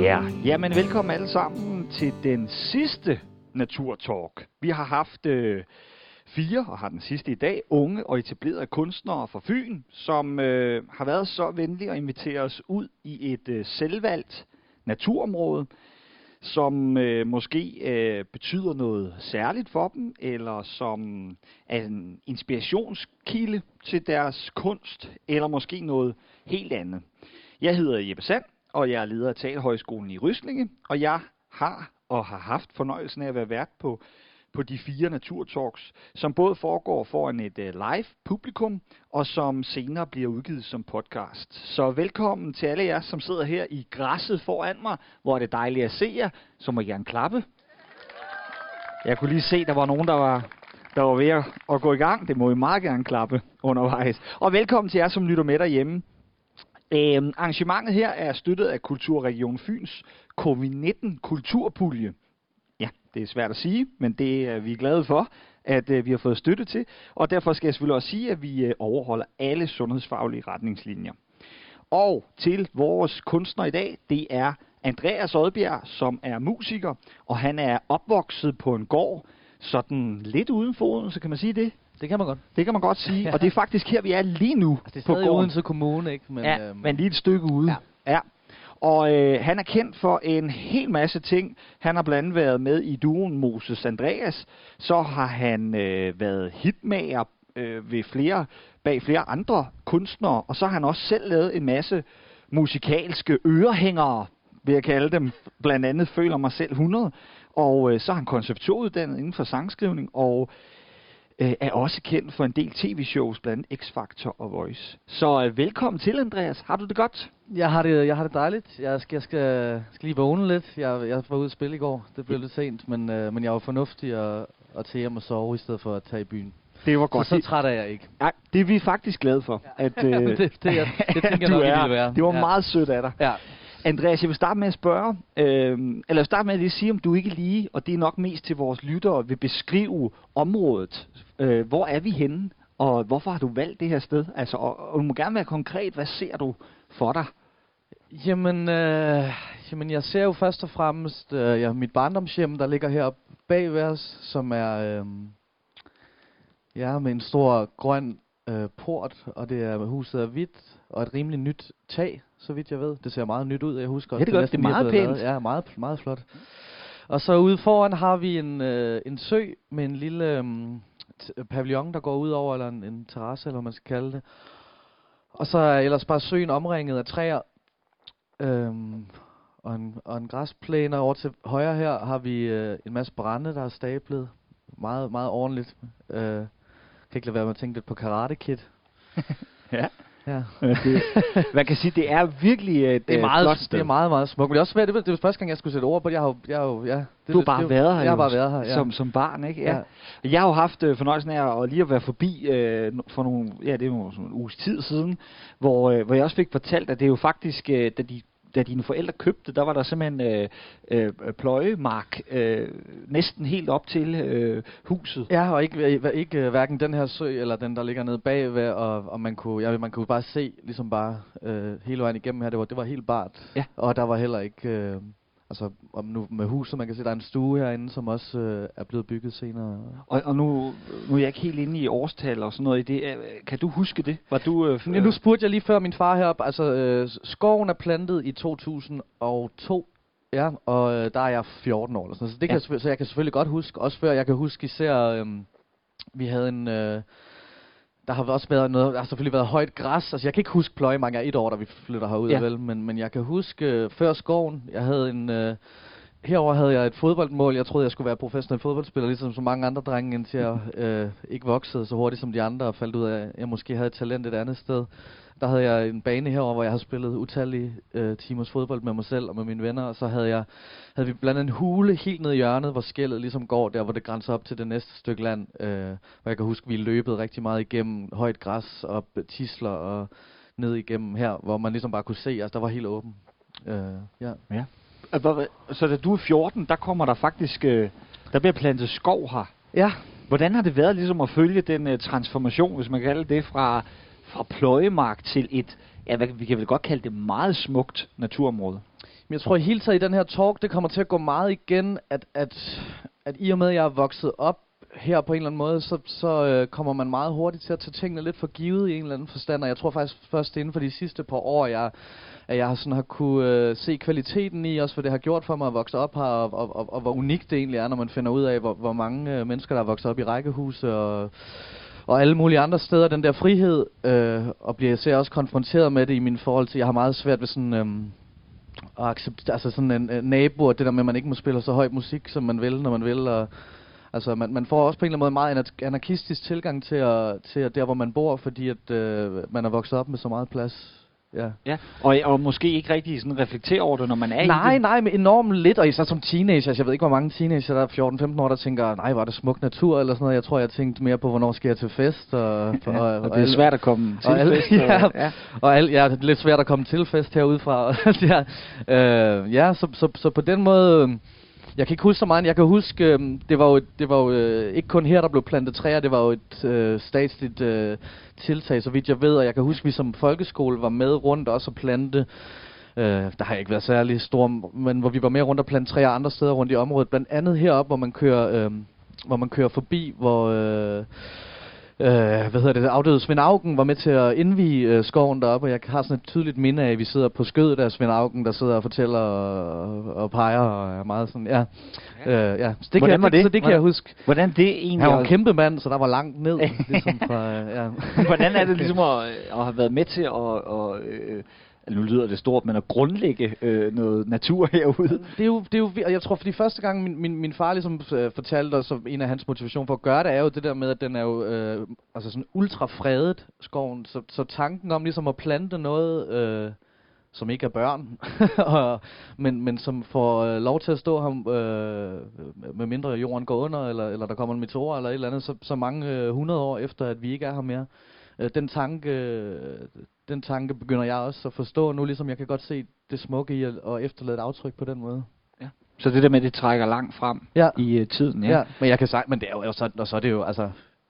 Ja, jamen velkommen alle sammen til den sidste Naturtalk. Vi har haft 4, og har den sidste i dag, unge og etablerede kunstnere fra Fyn, som har været så venlige at invitere os ud i et selvvalgt naturområde, som måske betyder noget særligt for dem, eller som er en inspirationskilde til deres kunst, eller måske noget helt andet. Jeg hedder Jeppe Sand, og jeg er leder af Teaterhøjskolen i Ryslinge, og jeg har haft fornøjelsen af at være vært på de 4 Naturtalks, som både foregår foran et live publikum, og som senere bliver udgivet som podcast. Så velkommen til alle jer, som sidder her i græsset foran mig, hvor det er dejligt at se jer. Så må I gerne klappe. Jeg kunne lige se, der var nogen, der var ved at gå i gang. Det må I meget gerne klappe undervejs. Og velkommen til jer, som lytter med derhjemme. Arrangementet her er støttet af Kulturregion Fyns COVID-19 kulturpulje. Ja, det er svært at sige, men det er vi glade for, at vi har fået støtte til. Og derfor skal jeg selvfølgelig også sige, at vi overholder alle sundhedsfaglige retningslinjer. Og til vores kunstner i dag, det er Andreas Odbjerg, som er musiker, og han er opvokset på en gård, sådan lidt uden for Odense, kan man sige det? Det kan man godt. Det kan man godt sige, og det er faktisk her, vi er lige nu. Altså, det er stadig Odense Kommune, ikke? Men, ja, men lige et stykke ude. Ja. Og han er kendt for en hel masse ting. Han har blandt andet været med i duoen Moses Andreas. Så har han været hitmager bag flere andre kunstnere. Og så har han også selv lavet en masse musikalske ørehængere, vil jeg kalde dem. Blandt andet Føler mig selv 100. Og så er han konceptuddannet inden for sangskrivning og er også kendt for en del tv-shows, blandt andet X-Factor og Voice. Så velkommen til, Andreas. Har du det godt? Jeg har det dejligt. Jeg skal lige vågne lidt. Jeg var ude at spille i går. Det blev lidt sent, men jeg var fornuftig at tage hjem og sove, i stedet for at tage i byen. Det var godt. Så træt er jeg ikke. Nej, det er vi faktisk glade for. Ja. At, det tænker jeg nok, det ville være. Det var meget sødt af dig. Ja. Andreas, jeg vil starte med at spørge, eller starte med at lige sige, om du ikke lige, og det er nok mest til vores lyttere, vil beskrive området. Hvor er vi henne, og hvorfor har du valgt det her sted? Altså, og du må gerne være konkret. Hvad ser du for dig? Jamen, jeg ser jo først og fremmest mit barndomshjem, der ligger heroppe bagved os, som er med en stor grøn port, og det er huset er hvidt, og et rimelig nyt tag, så vidt jeg ved. Det ser meget nyt ud, jeg husker. Ja, det er meget pænt. Ja, meget, meget flot. Og så ude foran har vi en sø med en lille pavillon, der går ud over, eller en terrasse, eller hvad man skal kalde det. Og så er ellers bare søen omringet af træer, og en græsplæne. Over til højre her har vi en masse brænde, der er stablet. Meget, meget ordentligt. Kan ikke lade være med at tænke lidt på Karate Kid. Ja. Man kan sige, det er virkelig et flot sted. Det er meget, meget smukt. Men det er også svært. Det var første gang, jeg skulle sætte ord på. Du har bare været her. Jeg har bare været her, ja. Som barn, ikke? Ja. Jeg har jo haft fornøjelsen af at lige at være forbi for nogle, det var sådan en uges tid siden, hvor jeg også fik fortalt, at det er jo faktisk, da dine forældre købte, der var der simpelthen pløjemark næsten helt op til huset. Ja, og ikke hverken den her sø eller den der ligger nede bagved, og man kunne bare se ligesom bare hele vejen igennem her. Det var helt bart. Ja. Og der var heller ikke om nu med huset, man kan se, der er en stue herinde, som også er blevet bygget senere. Og nu er jeg ikke helt inde i årstal og sådan noget i det. Kan du huske det? Var du nu spurgte jeg lige før min far heroppe. Altså, skoven er plantet i 2002. Ja, og der er jeg 14 år eller sådan. Så det kan så jeg kan selvfølgelig godt huske. Også før jeg kan huske især vi havde en der har også været noget, der har selvfølgelig været højt græs. Altså jeg kan ikke huske pløjemark, jeg er 1 år, da vi flytter herud, vel, men jeg kan huske før skoven, jeg havde herover havde jeg et fodboldmål. Jeg troede, jeg skulle være professionel fodboldspiller, ligesom så mange andre drenge, indtil jeg ikke voksede så hurtigt som de andre, og faldt ud af, at jeg måske havde et talent et andet sted. Der havde jeg en bane herover, hvor jeg havde spillet utallige timers fodbold med mig selv og med mine venner, og så havde vi blandt andet en hule helt ned i hjørnet, hvor skellet ligesom går der, hvor det grænser op til det næste stykke land, hvor jeg kan huske, vi løbede rigtig meget igennem højt græs og tisler og ned igennem her, hvor man ligesom bare kunne se, altså der var helt åben. Ja. Så da du er 14, der kommer der faktisk, der bliver plantet skov her. Ja. Hvordan har det været ligesom at følge den transformation, hvis man kan kalde det, fra pløjemark til et, vi kan vel godt kalde det meget smukt naturområde? Men jeg tror hele tiden i den her talk, det kommer til at gå meget igen, at i og med, at jeg er vokset op her på en eller anden måde, så kommer man meget hurtigt til at tage tingene lidt for givet i en eller anden forstand. Og jeg tror faktisk først inden for de sidste par år, at jeg har kunne se kvaliteten i, også hvad det har gjort for mig at vokse op her, og hvor unikt det egentlig er, når man finder ud af, hvor mange mennesker, der er vokset op i rækkehuse og alle mulige andre steder, den der frihed, og bliver jeg også konfronteret med det i min forhold til, jeg har meget svært ved sådan at acceptere, altså sådan en nabo, og det der med, at man ikke må spille så høj musik, som man vil, når man vil, og altså man får også på en eller anden måde meget anarkistisk tilgang til der, hvor man bor, fordi at man er vokset op med så meget plads. Ja. Og måske ikke rigtig sådan reflektere over det, når man er i det. Nej, men enormt lidt, og især som teenager. Jeg ved ikke, hvor mange teenager, der er 14-15 år, der tænker, nej, var det smuk natur, eller sådan noget. Jeg tror, jeg tænkte mere på, hvornår skal jeg til fest, og det er svært at komme til fest. Det er lidt svært at komme til fest herudefra. Så på den måde... Jeg kan ikke huske så meget. Jeg kan huske, det var jo ikke kun her, der blev plantet træer. Det var jo et statsligt tiltag, så vidt jeg ved. Og jeg kan huske, vi som folkeskole var med rundt også at plante. Der har jeg ikke været særlig stor, men hvor vi var med rundt og plante træer andre steder rundt i området. Blandt andet heroppe, hvor man kører forbi, hvor... afdøde Svend Auken var med til at indvige skoven deroppe, og jeg har sådan et tydeligt minde af, at vi sidder på skødet af Svend Auken, der sidder og fortæller og peger, og er meget sådan, Så det kan jeg huske. Hvordan det egentlig... Han var en kæmpe mand, så der var langt ned, ligesom fra, Hvordan er det ligesom at have været med til at nu lyder det stort, men at grundlægge noget natur herude? Det er jo, jeg tror, for de første gang min far ligesom fortalte os, en af hans motivation for at gøre det, er jo det der med, at den er jo altså sådan ultra fredet, skoven. Så tanken om ligesom at plante noget, som ikke er børn, men som får lov til at stå her, med mindre jorden går under, eller der kommer en meteor eller et eller andet, så mange 100 år efter, at vi ikke er her mere. Den tanke begynder jeg også at forstå nu, ligesom jeg kan godt se det smukke i at efterlade et aftryk på den måde. Ja. Så det der med, det trækker langt frem i tiden, ja. Men jeg kan sige, men det er jo så er det jo, altså...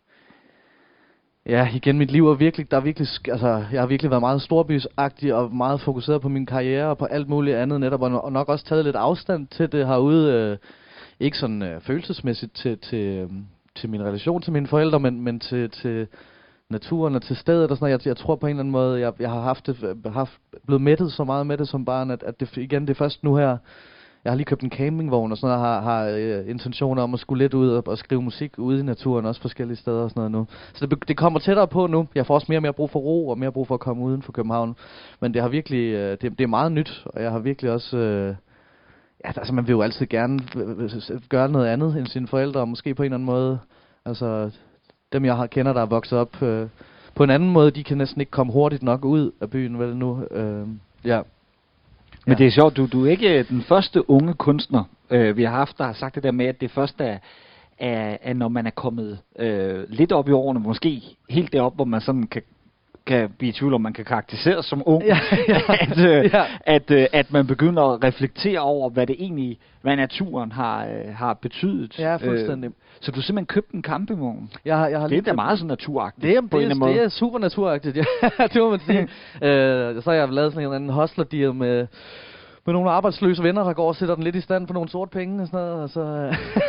Ja, igen, mit liv er virkelig, jeg har virkelig været meget storbysagtig og meget fokuseret på min karriere og på alt muligt andet netop, og nok også taget lidt afstand til det herude, ikke sådan følelsesmæssigt til min relation til mine forældre, men til naturen og til stedet og sådan noget. Jeg tror på en eller anden måde, jeg har blevet mættet så meget med det som barn, at det er først nu her. Jeg har lige købt en campingvogn og sådan noget, har intentioner om at skulle lidt ud og skrive musik ude i naturen, også forskellige steder og sådan noget nu. Så det kommer tættere på nu. Jeg får også mere og mere brug for ro og mere brug for at komme uden for København. Men det har virkelig, det er meget nyt, og jeg har virkelig også... altså man vil jo altid gerne gøre noget andet end sine forældre, og måske på en eller anden måde... Altså, dem jeg kender, der er vokset op på en anden måde, de kan næsten ikke komme hurtigt nok ud af byen, vel nu. Men det er sjovt, du er ikke den første unge kunstner, vi har haft, der har sagt det der med, at det første er når man er kommet lidt op i årene, måske helt derop, hvor man sådan kan blive i tvivl om, man kan karakteriseres som ung, at man begynder at reflektere over, hvad naturen har betydet. Ja, fuldstændig. Så du simpelthen købte en campingvogn? Jeg har det er da meget så naturagtigt. Det er super naturagtigt, ja. Det må man sige. Så har jeg lavet sådan en anden hustler-deal med nogle arbejdsløse venner, der går og sætter den lidt i stand for nogle sorte penge og sådan noget. Og så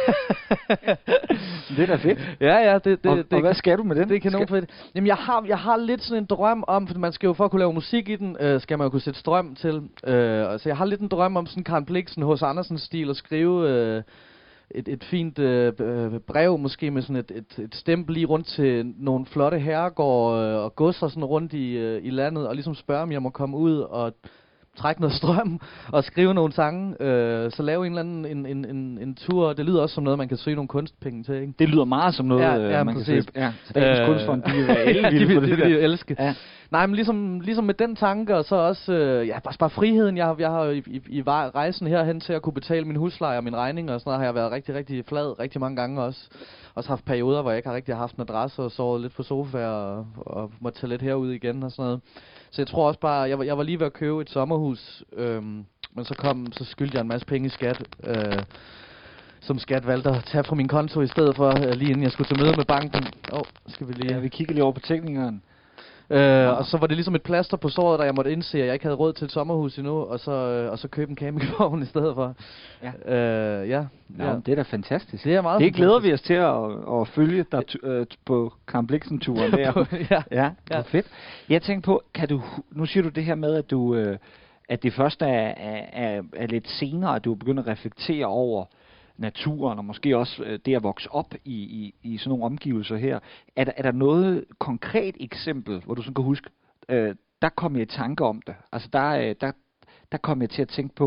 det er da fedt. Ja. Og hvad skal du med den? Det kan nogen fedt. Jamen, jeg har lidt sådan en drøm om, for man skal jo for at kunne lave musik i den, skal man jo kunne sætte strøm til. Så jeg har lidt en drøm om sådan Karen Blixen, H.C. Andersen stil, og skrive et fint brev, måske med sådan et stempel lige rundt til nogle flotte herregårde og godser sådan rundt i landet, og ligesom spørge, om jeg må komme ud og trække noget strøm og skrive nogle sange, så lave en eller anden en tur. Det lyder også som noget, man kan søge nogle kunstpenge til, ikke? Det lyder meget som noget, man præcis. Kan søge. Ja, Statens Kunstfond, de vil være elvilde på det der. De vil elske. Ja. Nej, men ligesom med den tanke, og så også bare friheden. Jeg har i rejsen herhen til at kunne betale min husleje og min regning og sådan noget, har jeg været rigtig, rigtig flad rigtig mange gange også. Også haft perioder, hvor jeg ikke har rigtig haft en adresse og sovet lidt på sofa og måtte tage lidt herud igen og sådan noget. Så jeg tror også bare, jeg var lige ved at købe et sommerhus, men så skyldte jeg en masse penge i skat, som skat valgte at tage fra min konto i stedet for, lige inden jeg skulle til møde med banken. Skal vi lige... Ja, vi kigger lige over på teknikeren. Og så var det ligesom et plaster på såret, da jeg måtte indse, at jeg ikke havde råd til et sommerhus endnu, og så købe en campingvogn i stedet for. Ja. Det er da fantastisk. Det er meget det glæder vi os til at følge dig på Karen Blixen-turen der. Ja, fedt. Jeg tænkte på, nu siger du det her med, at du at det først er lidt senere, at du begynder at reflektere over naturen, og måske også det at vokse op i sådan nogle omgivelser her. Er der noget konkret eksempel, hvor du sådan kan huske, der kom jeg i tanke om det? Altså der kom jeg til at tænke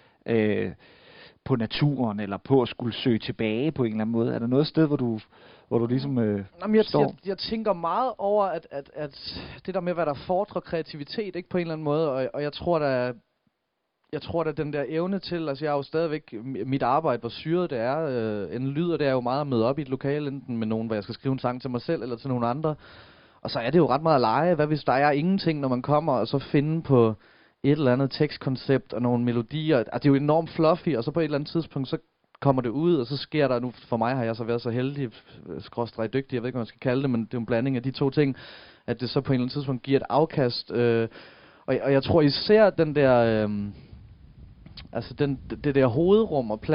på naturen, eller på at skulle søge tilbage på en eller anden måde. Er der noget sted, hvor du ligesom står? Jeg tænker meget over, at det der med, hvad der fordrer kreativitet, ikke på en eller anden måde, og jeg tror da den der evne til, altså jeg er jo stadigvæk, mit arbejde, hvor syret det er, en lyder, det er jo meget at møde op i et lokale, enten med nogen, hvor jeg skal skrive en sang til mig selv, eller til nogen andre, og så er det jo ret meget at lege. Hvad hvis der er ingenting, når man kommer, og så finde på et eller andet tekstkoncept, og nogle melodier, altså det er jo enormt fluffy, og så på et eller andet tidspunkt, så kommer det ud, og så sker der, nu for mig har jeg så været så heldig, skråstreg dygtig, jeg ved ikke, hvad man skal kalde det, men det er en blanding af de to ting, at det så på et eller andet tidspunkt giver et afkast, og jeg tror især den der, altså det der hovedrum og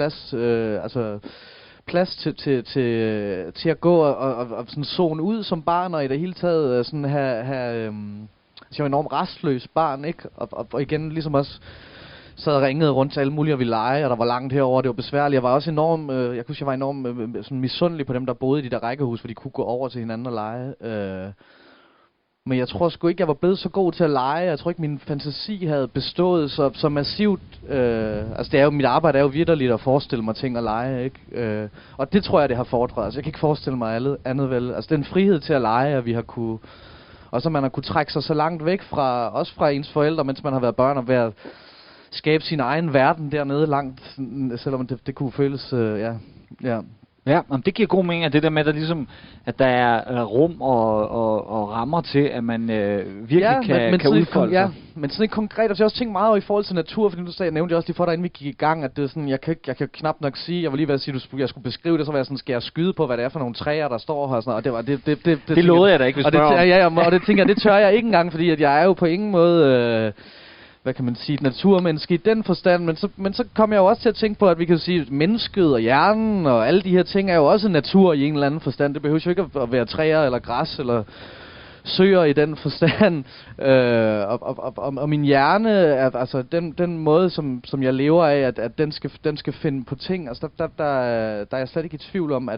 plads til at gå og sådan zone ud som barn, og i det hele taget sådan have jeg var enormt restløs barn, ikke? Og igen ligesom også sad og ringede rundt til alle mulige og ville lege, og der var langt herover, det var besværligt. Jeg var også enormt, jeg var enormt sådan misundelig på dem, der boede i de der rækkehus, for de kunne gå over til hinanden og lege. Men jeg tror sgu ikke, jeg var blevet så god til at lege. Jeg tror ikke, min fantasi havde bestået så massivt. Altså det er jo, mit arbejde er jo vitterligt at forestille mig ting at lege, ikke? Og det tror jeg, det har fordret. Altså jeg kan ikke forestille mig andet vel. Altså den frihed til at lege, at vi har kunne, og så man har kunne trække sig så langt væk fra, også fra ens forældre, mens man har været børn, og været skabe sin egen verden dernede langt, selvom det kunne føles, ja. Ja, det giver god mening, at det der med, at der er rum og rammer til, at man virkelig kan udfolde sig. Ja, men sådan ikke konkret. Altså, jeg har også tænkt meget over i forhold til natur, fordi jeg nævnte jeg også lige for dig, inden vi gik i gang, at det er sådan, jeg kan knap nok sige, jeg var lige ved at sige, jeg skulle beskrive det, så var jeg sådan, skal jeg skyde på, hvad det er for nogle træer, der står her, og sådan noget, og det lovede jeg da ikke, hvis og det tænker jeg, det tør jeg ikke engang, fordi at jeg er jo på ingen måde hvad kan man sige, et naturmenneske i den forstand, men så kom jeg jo også til at tænke på, at vi kan sige, at mennesket og hjernen og alle de her ting er jo også natur i en eller anden forstand. Det behøver jo ikke at være træer eller græs eller søer i den forstand. Og min hjerne er altså den måde, som jeg lever af, at den skal finde på ting. Altså der er jeg slet ikke i tvivl om,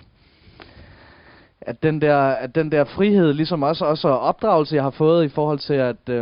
at den der frihed, ligesom også opdragelse, jeg har fået i forhold til,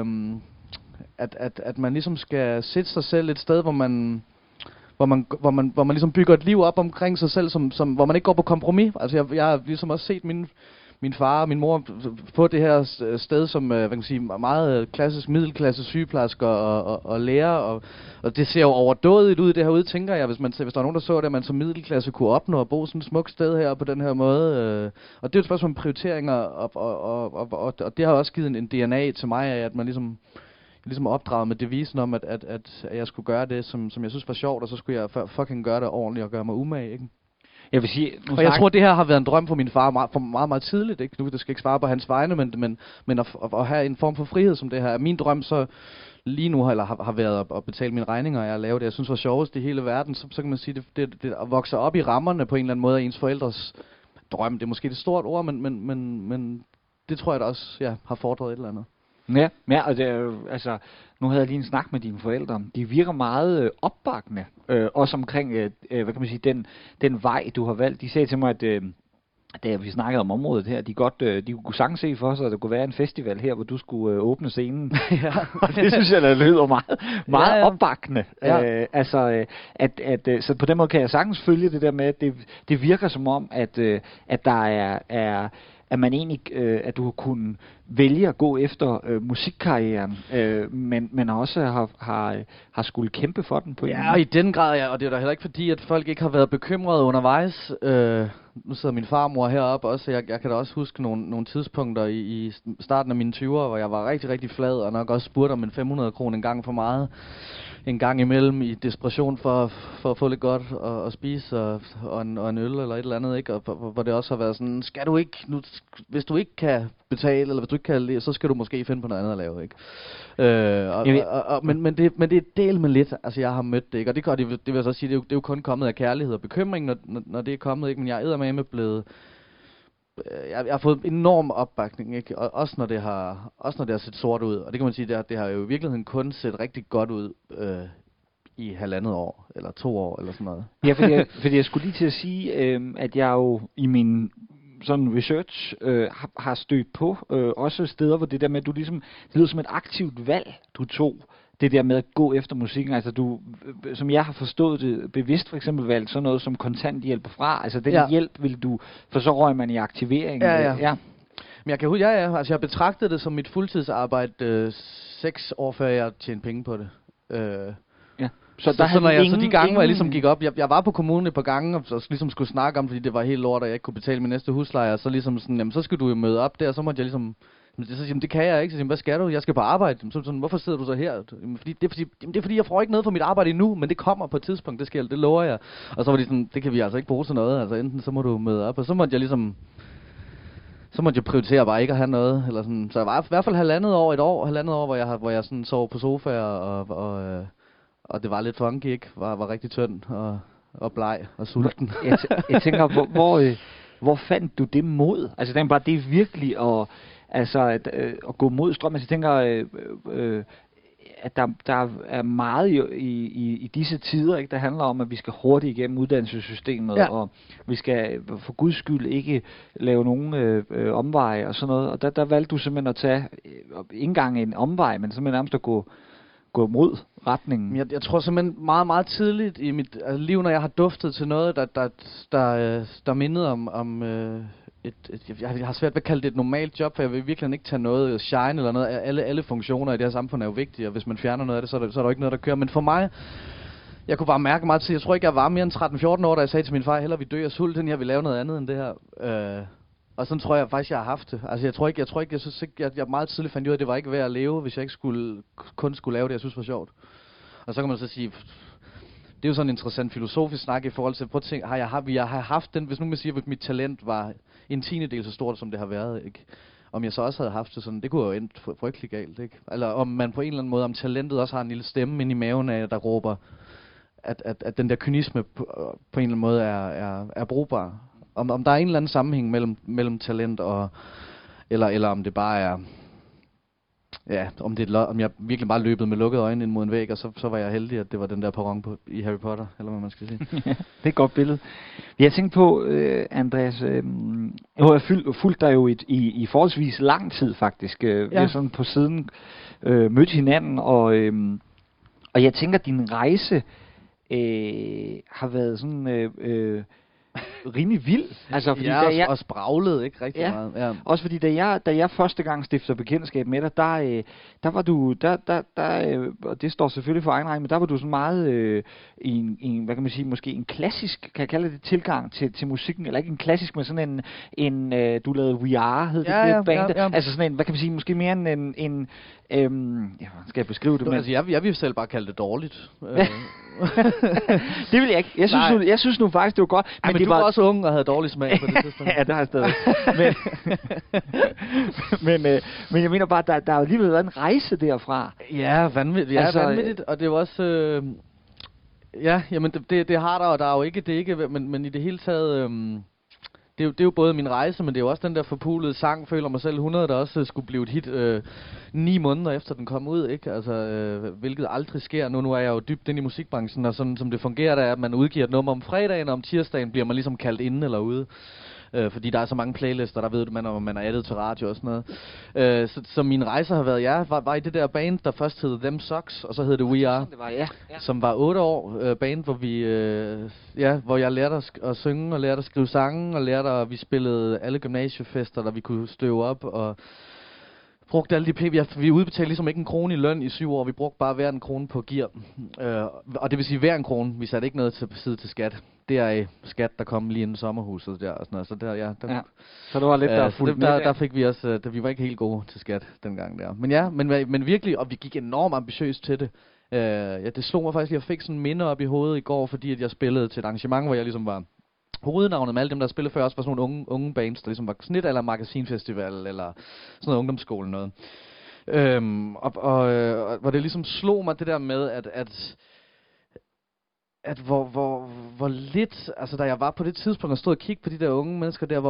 at man ligesom skal sætte sig selv et sted, hvor man ligesom bygger et liv op omkring sig selv, som hvor man ikke går på kompromis. Altså jeg har ligesom også set min far og min mor på det her sted som hvad kan man sige, meget klassisk middelklasse sygeplejersker og lærer, og det ser jo overdådigt ud det herude, tænker jeg, hvis der er nogen, der så det, at man som middelklasse kunne opnå at bo sådan et smukt sted her på den her måde. Og det er jo et spørgsmål om prioriteringer, og det har også givet en DNA til mig af, at man ligesom opdraget med devisen om, at jeg skulle gøre det, som jeg synes var sjovt, og så skulle jeg fucking gøre det ordentligt og gøre mig umage, ikke? Jeg vil sige, og jeg tror, det her har været en drøm for min far meget, meget tidligt, ikke? Nu, det skal ikke svare på hans vegne, men at have en form for frihed som det her. Min drøm så lige nu har været at betale mine regninger, og jeg laver det, jeg synes var sjovest i hele verden, så kan man sige, det at vokse op i rammerne på en eller anden måde af ens forældres drøm. Det er måske et stort ord, men det tror jeg da også har fordret et eller andet. Ja, og det er jo, altså, nu havde jeg lige en snak med dine forældre. De virker meget opbakkende, også omkring, hvad kan man sige, den vej, du har valgt. De sagde til mig, at da vi snakkede om området her, de kunne sagtens se for sig, at der kunne være en festival her, hvor du skulle åbne scenen. Ja. Og det synes jeg, der lyder meget opbakkende. Ja. Så på den måde kan jeg sagtens følge det der med, at det virker som om, at der er at man egentlig, at du har kunnet vælge at gå efter musikkarrieren, men også har skulle kæmpe for den på en måde. Ja, i den grad, ja, og det er da heller ikke fordi, at folk ikke har været bekymrede undervejs. Nu sidder min farmor heroppe også, jeg kan da også huske nogle tidspunkter i starten af mine 20'er, hvor jeg var rigtig, rigtig flad, og nok også spurgte om en 500 kroner en gang for meget. En gang imellem i desperation for at få lidt godt at spise og en øl eller et eller andet, ikke? Og hvor det også har været sådan, skal du ikke nu, hvis du ikke kan betale, eller hvis du ikke kan det, så skal du måske finde på noget andet at lave, ikke? Men det er del med lidt, altså jeg har mødt det, ikke? Og det vil jeg så sige, det er jo kun kommet af kærlighed og bekymring, når det er kommet, ikke? Men jeg er eddermame blevet... Jeg har fået enorm opbakning, ikke? Og også når det har set sort ud. Og det kan man sige, det har jo i virkeligheden kun set rigtig godt ud i 1,5 år, eller 2 år, eller sådan noget. Ja, fordi jeg skulle lige til at sige, at jeg jo i min sådan research har stødt på også steder, hvor det der med, at du ligesom, det lyder som et aktivt valg, du tog. Det der med at gå efter musikken, altså du, som jeg har forstået det, bevidst for eksempel valgt sådan noget som kontanthjælp fra, altså den hjælp vil du, for så røg man i aktivering. Ja. Men jeg kan huske, altså jeg betragtede det som mit fuldtidsarbejde 6 år før jeg tjente penge på det. Så de gange, hvor jeg ligesom gik op, jeg var på kommunen et par gange, og ligesom skulle snakke om, fordi det var helt lort, og jeg ikke kunne betale min næste husleje, og så ligesom sådan, jamen så skal du jo møde op der, og så måtte jeg ligesom... Så siger det kan jeg ikke. Så siger hvad skal du? Jeg skal på arbejde. Så sådan, hvorfor sidder du så her? Det er fordi jeg får ikke noget for mit arbejde endnu, men det kommer på et tidspunkt. Det lover jeg. Og så var de sådan, det kan vi altså ikke bruge til noget. Altså enten så må du møde op, og så måtte jeg ligesom... Så måtte jeg prioritere bare ikke at have noget. Eller sådan. Så jeg var i hvert fald 1,5 år, hvor jeg sådan sov på sofaer, og det var lidt funky, ikke? Var rigtig tynd og bleg og sulten. Jeg tænker, hvor fandt du det mod? Altså det er virkelig at gå mod strøm. Altså jeg tænker, at der er meget i disse tider, ikke, der handler om, at vi skal hurtigt igennem uddannelsessystemet, og vi skal for guds skyld ikke lave nogen omveje og sådan noget. Og der valgte du simpelthen at tage ikke engang en omvej, men simpelthen nærmest at gå mod retningen. Jeg tror simpelthen meget, meget tidligt i mit liv, når jeg har duftet til noget, der mindede om jeg har svært ved at kalde det et normalt job, for jeg vil virkelig ikke tage noget shine eller noget. Alle funktioner i det her samfund er jo vigtige, og hvis man fjerner noget af det, så er der jo ikke noget, der kører. Men for mig, jeg kunne bare mærke meget til, jeg tror ikke, jeg var mere end 13-14 år, da jeg sagde til min far, hellere vi dør af sult, end jeg vil lave noget andet end det her. Og sådan tror jeg faktisk, jeg har haft det. Altså jeg synes ikke, jeg meget tidligt fandt ud af, at det var ikke værd at leve, hvis jeg ikke kun skulle lave det, jeg synes var sjovt. Og så kan man så sige, det er jo sådan en interessant filosofisk snak i forhold til, prøv at tænke, jeg har haft den, hvis nu man siger, at mit talent var 1/10 så stort, som det har været, ikke? Om jeg så også havde haft det sådan, det kunne jo endt frygtelig galt, ikke? Eller om man på en eller anden måde, om talentet også har en lille stemme inde i maven af, der råber, at den der kynisme på en eller anden måde er brugbar. Om der er en eller anden sammenhæng mellem talent og, eller om det bare er, ja, om jeg virkelig bare løbet med lukkede øjne ind mod en væg, og så var jeg heldig, at det var den der perron i Harry Potter, eller hvad man skal sige. Ja, det er et godt billede. Jeg tænkte på, Andreas, jeg har fulgt dig jo i forholdsvis lang tid faktisk. Vi har sådan på siden mødt hinanden, og jeg tænker, at din rejse har været sådan... rimelig vild. Altså fordi og spraglet ikke rigtig meget. Ja. Også fordi da jeg første gang stiftede bekendtskab med dig, der var du og det står selvfølgelig for egen regning, men der var du sådan meget en hvad kan man sige, måske en klassisk, kan jeg kalde det, tilgang til musikken, eller ikke en klassisk, men sådan en du lavede We Are, hed det band. Ja. Altså sådan en, hvad kan man sige, måske mere en skal jeg beskrive det? Altså jeg vil selv bare kalde det dårligt. Det vil jeg ikke. Jeg synes nu faktisk, det var godt. Men du var også ung og havde dårlig smag på det tidspunkt. Ja, det har jeg stadig. Men jeg mener bare, der har alligevel været en rejse derfra. Ja, vanvittigt. Vanvittigt. Og det er jo også... jamen det har der, og der er jo ikke... Det er ikke, men i det hele taget... Det er jo både min rejse, men det er jo også den der forpulede sang, Føler mig selv 100, der også skulle blive et hit 9 måneder efter den kom ud, ikke? Altså, hvilket aldrig sker. Nu er jeg jo dybt inde i musikbranchen, og sådan som det fungerer, der er, at man udgiver et nummer om fredagen, og om tirsdagen bliver man ligesom kaldt inde eller ude. Fordi der er så mange playlister, der ved man, om man er addet til radio og sådan noget. Så min rejse har været, var i det der band, der først hed Them Socks, og så hed det We Are, som var 8 år band, hvor vi, hvor jeg lærte at synge, og lærte at skrive sange, og lærte at vi spillede alle gymnasiefester, der vi kunne støve op, og brugte alle de penge. Vi udbetalte ligesom ikke 1 krone i løn i 7 år. Vi brugte bare hver 1 krone på gear. Og det vil sige hver 1 krone. Vi satte ikke noget til side til skat. Det er skat, der kom lige inden sommerhuset der og sådan noget. Så der, så det var lidt der fuldt med. Der fik vi også, vi var ikke helt gode til skat dengang der. Men men virkelig, og vi gik enormt ambitiøst til det. Det slog mig faktisk, at jeg fik sådan en minde op i hovedet i går, fordi at jeg spillede til et arrangement, hvor jeg ligesom var hovednavnet med alle dem, der spillede før, også var sådan nogle unge bands, der ligesom var snit eller magasinfestival, eller sådan noget ungdomsskole noget. Hvor det ligesom slog mig det der med, at hvor lidt, altså da jeg var på det tidspunkt og stod og kiggede på de der unge mennesker der,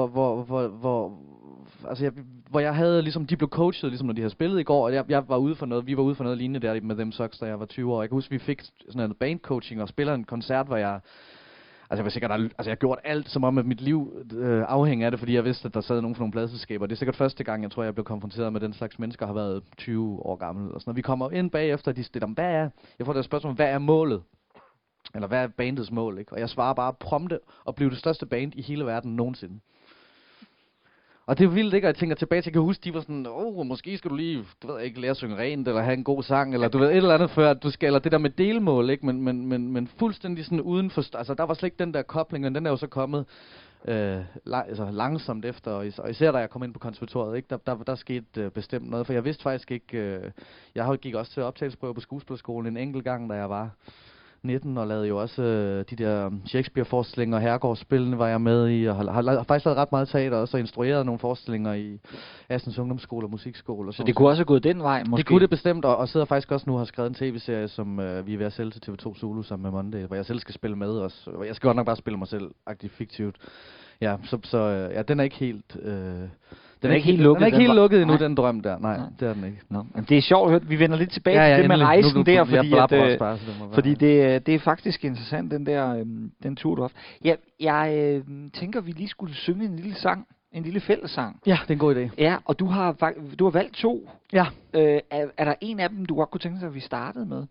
hvor jeg havde ligesom, de blev coachet ligesom når de havde spillet i går, og jeg var ude for noget, vi var ude for noget lignende der med Them Sucks, da jeg var 20 år. Jeg kan huske, vi fik sådan noget bandcoaching og spiller en koncert, hvor jeg jeg gjorde alt, som om at mit liv afhænger af det, fordi jeg vidste, at der sad nogen fra nogle pladselskaber. Det er sikkert første gang, jeg tror, jeg blev konfronteret med den slags mennesker, har været 20 år gammel. Og sådan. Når vi kommer ind bagefter, og de stiller, jeg får det spørgsmål, hvad er målet? Eller hvad er bandets mål, ikke? Og jeg svarer bare prompte og blive det største band i hele verden nogensinde. Og det er vildt, ikke? Og jeg tænker tilbage til, jeg kan huske, de var sådan, måske skal du lige, lære at synge rent, eller have en god sang, eller et eller andet før, at du skal, eller det der med delmål, ikke? Men fuldstændig sådan uden for, altså der var slet ikke den der kobling, men den er jo så kommet langsomt efter, og især da jeg kom ind på konservatoriet, ikke? Der skete bestemt noget, for jeg vidste faktisk ikke, jeg gik også til optagelsesprøve på skuespillerskolen en enkelt gang, da jeg var 19, og lavede jo også de der Shakespeare-forestillinger og herregårdsspillene var jeg med i, og har faktisk lavet ret meget teater, og så instrueret nogle forestillinger i Assens Ungdomsskole og Musikskole. Og så det kunne også have gået den vej, måske? Det kunne det bestemt, og sidder faktisk også nu har skrevet en tv-serie, som vi er ved at sælge til TV2 Zulu sammen med Monday, hvor jeg selv skal spille med også. Jeg skal godt nok bare spille mig selv aktivt fiktivt. Ja, så den er ikke helt... Den er ikke helt lukket. Den er ikke helt lukket endnu, den drøm der. Nej, det er den ikke. Nå, men det er sjovt at høre. Vi vender lidt tilbage til det med rejsen der, fordi det er faktisk interessant, den tur, du har haft. Jeg tænker, vi lige skulle synge en lille sang. En lille fællessang. Ja, det er en god idé. Ja, og du har valgt 2. Ja. Er der en af dem, du godt kunne tænke sig, at vi startede med?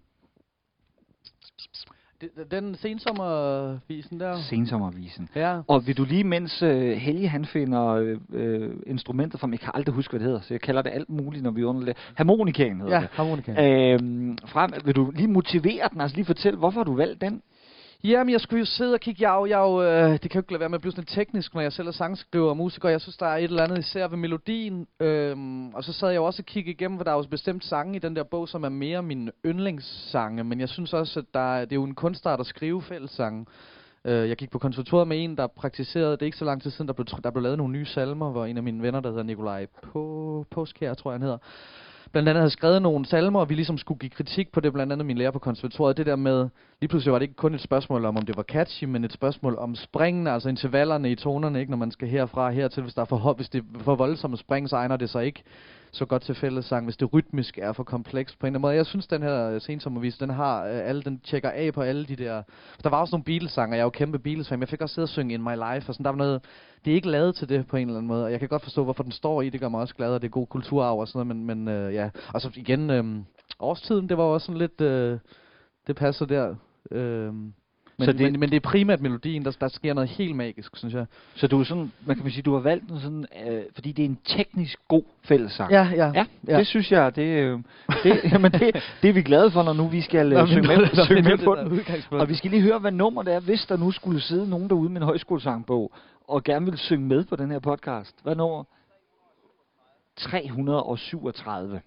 Den sensommervisen der. Sensommervisen. Ja. Og vil du lige, mens Helge han finder instrumentet fra, jeg kan aldrig huske, hvad det hedder, så jeg kalder det alt muligt, når vi under det. Harmonikaen hedder det. Ja, harmonikaen. Vil du lige motivere den, altså lige fortælle, hvorfor har du valgt den? Jamen, jeg skulle jo sidde og kigge, det kan jo ikke lade være med at blive sådan teknisk, når jeg selv er sangskriver og musiker. Jeg synes, der er et eller andet især ved melodien. Og så sad jeg jo også og kiggede igennem, for der er jo bestemt sange i den der bog, som er mere mine yndlingssange. Men jeg synes også, at det er jo en kunstart at skrive fællessange. Jeg gik på konservatoriet med en, der praktiserede, det er ikke så lang tid siden, der blev lavet nogle nye salmer, hvor en af mine venner, der hedder Nikolaj Påskær, tror jeg han hedder, blandt andet havde skrevet nogle salmer, og vi ligesom skulle give kritik på det, blandt andet min lærer på konservatoriet. Det der med, lige pludselig var det ikke kun et spørgsmål om det var catchy, men et spørgsmål om springene, altså intervallerne i tonerne, ikke, når man skal herfra og hertil. Hvis det er for voldsomme spring, så egner det sig ikke så godt til fællessang, hvis det rytmisk er for komplekst på en eller anden måde. Jeg synes, den her sensommervis, den tjekker af på alle de der... Der var også nogle Beatles-sanger, jeg er jo kæmpe Beatles-fan, men jeg fik også siddet og synge In My Life, og sådan, der var noget... Det er ikke lavet til det på en eller anden måde, og jeg kan godt forstå, hvorfor den står i, det gør mig også glad, og det er god kulturarv og sådan noget, men ja. Og så igen, årstiden, det var også sådan lidt... det passer der... Men det er primært melodien, der sker noget helt magisk, synes jeg. Så du er sådan, man kan sige, du har valgt den sådan, fordi det er en teknisk god fællessang. Ja. Det synes jeg, det er vi glade for, når nu vi skal synge med på den. Og vi skal lige høre, hvad nummer det er, hvis der nu skulle sidde nogen derude med en højskolesangbog, og gerne vil synge med på den her podcast. Hvad nummer? 337.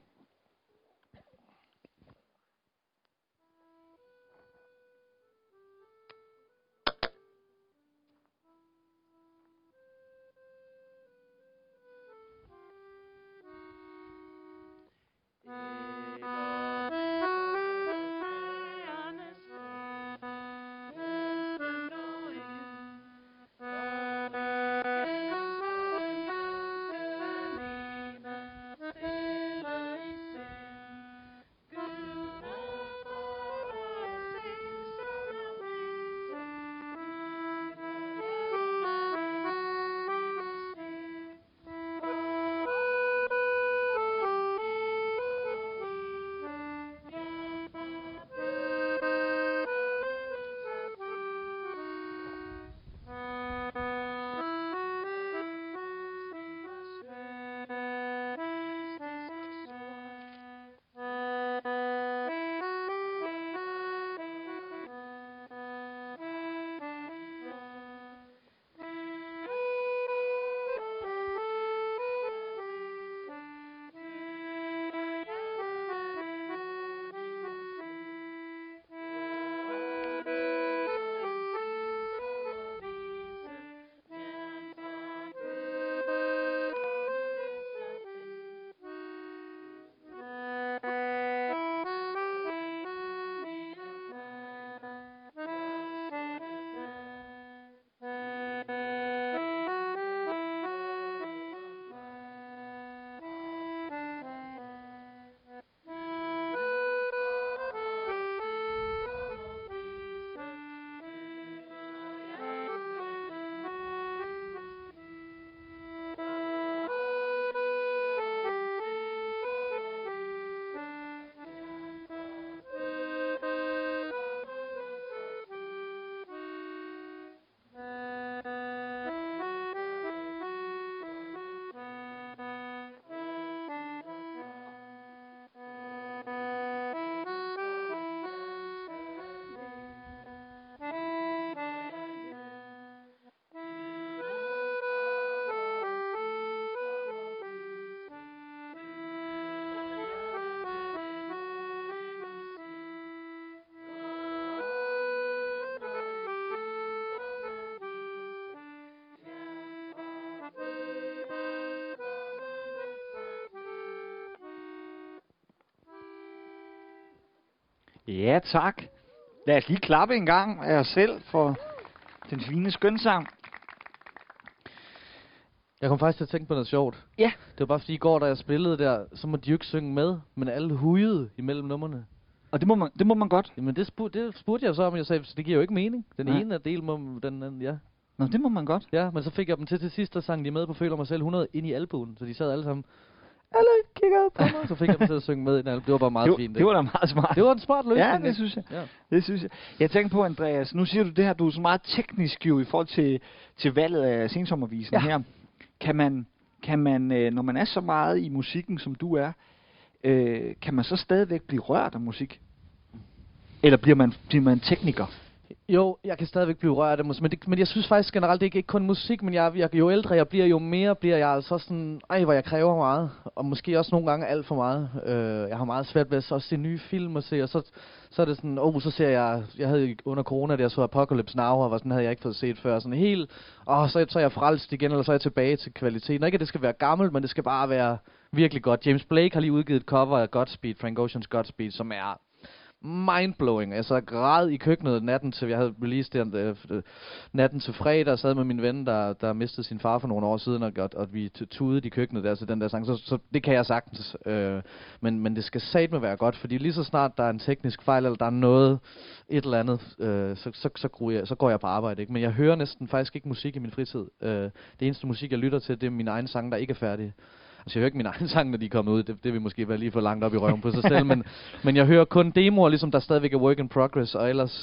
Ja, tak. Lad os lige klappe en gang af os selv for den fine skønsang. Jeg kom faktisk til at tænke på noget sjovt. Ja. Det var bare fordi i går, da jeg spillede der, så må de jo ikke synge med, men alle hujede imellem numrene. Og det må man godt. Jamen det spurgte jeg så om, jeg sagde, så det giver jo ikke mening. Den Nej. ene er del må den anden, ja. Nå, det må man godt. Ja, men så fik jeg dem til sidst, der sang de med på Føler mig selv 100 ind i albuen, så de sad alle sammen. Alle kiggede på mig, så fik jeg dem til at synge med ind i albuen. Det var bare meget fint. Det var da meget smart. Det var en smart løsning. Ja, det synes jeg. Ja. Det synes jeg. Jeg tænker på, Andreas, nu siger du det her, du er så meget teknisk jo i forhold til valget af sensommervisen her. Kan man, når man er så meget i musikken, som du er, kan man så stadigvæk blive rørt af musik? Eller bliver man tekniker? Jo, jeg kan stadigvæk blive rørt af musik, men jeg synes faktisk generelt, det er ikke kun musik, men jo ældre jeg bliver, jo mere bliver jeg altså sådan, hvor jeg kræver meget, og måske også nogle gange alt for meget. Jeg har meget svært ved at så se nye film og se, og så er det sådan, så ser jeg havde under corona, der så Apocalypse Now, og sådan havde jeg ikke fået set før, sådan helt, så er jeg frelst igen, eller så er jeg tilbage til kvaliteten. Og ikke at det skal være gammelt, men det skal bare være virkelig godt. James Blake har lige udgivet et cover af Godspeed, Frank Oceans Godspeed, som er mindblowing. Jeg græd i køkkenet natten til, jeg havde released natten til fredag, og sad med min ven, der mistede sin far for nogle år siden, og vi tudede i køkkenet der til den der sang, så det kan jeg sagtens. Men det skal satme være godt, fordi lige så snart der er en teknisk fejl, eller der er noget, et eller andet, så går jeg på arbejde, ikke? Men jeg hører næsten faktisk ikke musik i min fritid. Det eneste musik, jeg lytter til, det er min egen sang, der ikke er færdig. Altså jeg hører ikke min egen sang, når de er kommet ud. Det vil måske være lige for langt op i røven på sig selv. Men jeg hører kun demoer, ligesom der stadigvæk er work in progress. Og ellers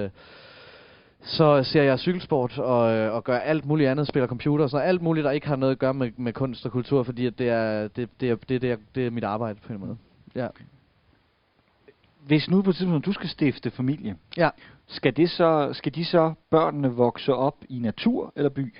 så ser jeg cykelsport og gør alt muligt andet. Spiller computer og sådan alt muligt, der ikke har noget at gøre med kunst og kultur. Fordi at det er mit arbejde på en måde. Ja. Hvis nu på et tidspunkt, du skal stifte familie, ja. Skal de så børnene vokse op i natur eller by?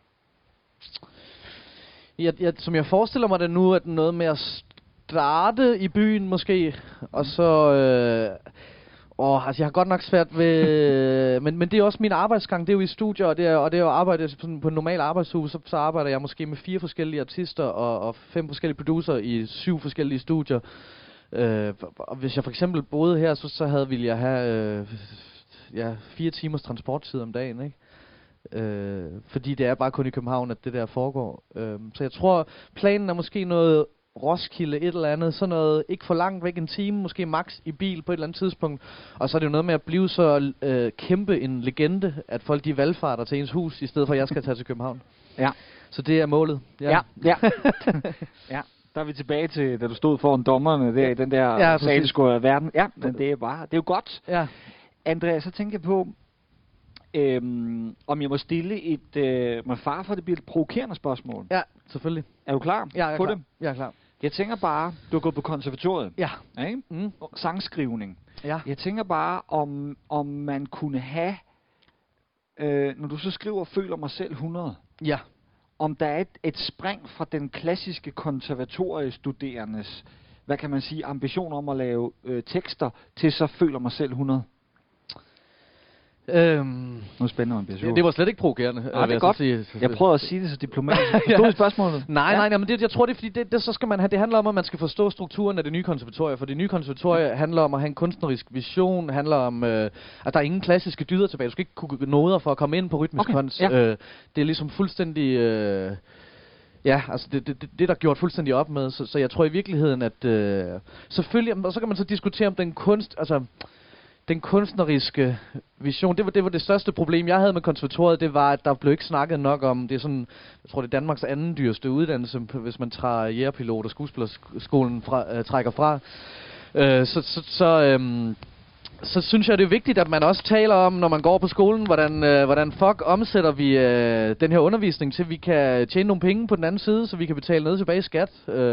Som jeg forestiller mig det nu, er det noget med at starte i byen måske, og så... altså jeg har godt nok svært ved... men det er også min arbejdsgang, det er jo i studier, og det er jo arbejde på en normal arbejdsuge, så arbejder jeg måske med 4 forskellige artister og 5 forskellige producer i 7 forskellige studier. Og hvis jeg for eksempel boede her, så ville jeg have 4 timers transporttid om dagen, ikke? Fordi det er bare kun i København, at det der foregår. Så jeg tror, planen er måske noget Roskilde, et eller andet, sådan noget, ikke for langt væk, en time, måske max i bil på et eller andet tidspunkt. Og så er det jo noget med at blive så kæmpe en legende, at folk de valgfarter til ens hus, i stedet for at jeg skal tage til København. Ja. Så det er målet. Ja. Ja. Der er vi tilbage til, da du stod foran dommerne der i den der salskårede verden. Ja, men det er jo godt. Ja. Andreas, så tænker jeg på, om jeg må stille med far for det bliver et provokerende spørgsmål. Ja, selvfølgelig. Er du klar? Ja, jeg er på klar. Det? Jeg er klar. Jeg tænker bare, du har gået på konservatoriet. Ja. Ikke? Mm. Sangskrivning. Ja. Jeg tænker bare, om man kunne have, når du så skriver Føler mig selv 100. Ja. Om der er et spring fra den klassiske konservatoriestuderendes, hvad kan man sige, ambition om at lave tekster, til så Føler mig selv 100. Nu spænder man bliver. Det var slet ikke provokerende. Nej, det er godt. Jeg prøvede at sige det så diplomatisk. Forstod spørgsmålet? Nej, men jeg tror det er fordi så skal man have, det handler om at man skal forstå strukturen af det nye konservatorium, for det nye konservatorium handler om at have en kunstnerisk vision, handler om at der er ingen klassiske dyder tilbage. Du skal ikke kunne noder for at komme ind på rytmisk kunst. Ja. Det er ligesom fuldstændig altså det der gjort fuldstændig op med, så jeg tror i virkeligheden at selvfølgelig, og så kan man så diskutere om den kunst, altså den kunstneriske vision, det var det største problem, jeg havde med konservatoriet, det var, at der blev ikke snakket nok om, det er sådan, jeg tror det er Danmarks anden dyreste uddannelse, hvis man tager jægerpilot og skuespillerskolen trækker fra. Så synes jeg, det er vigtigt, at man også taler om, når man går på skolen, hvordan omsætter vi den her undervisning til, at vi kan tjene nogle penge på den anden side, så vi kan betale noget tilbage i skat,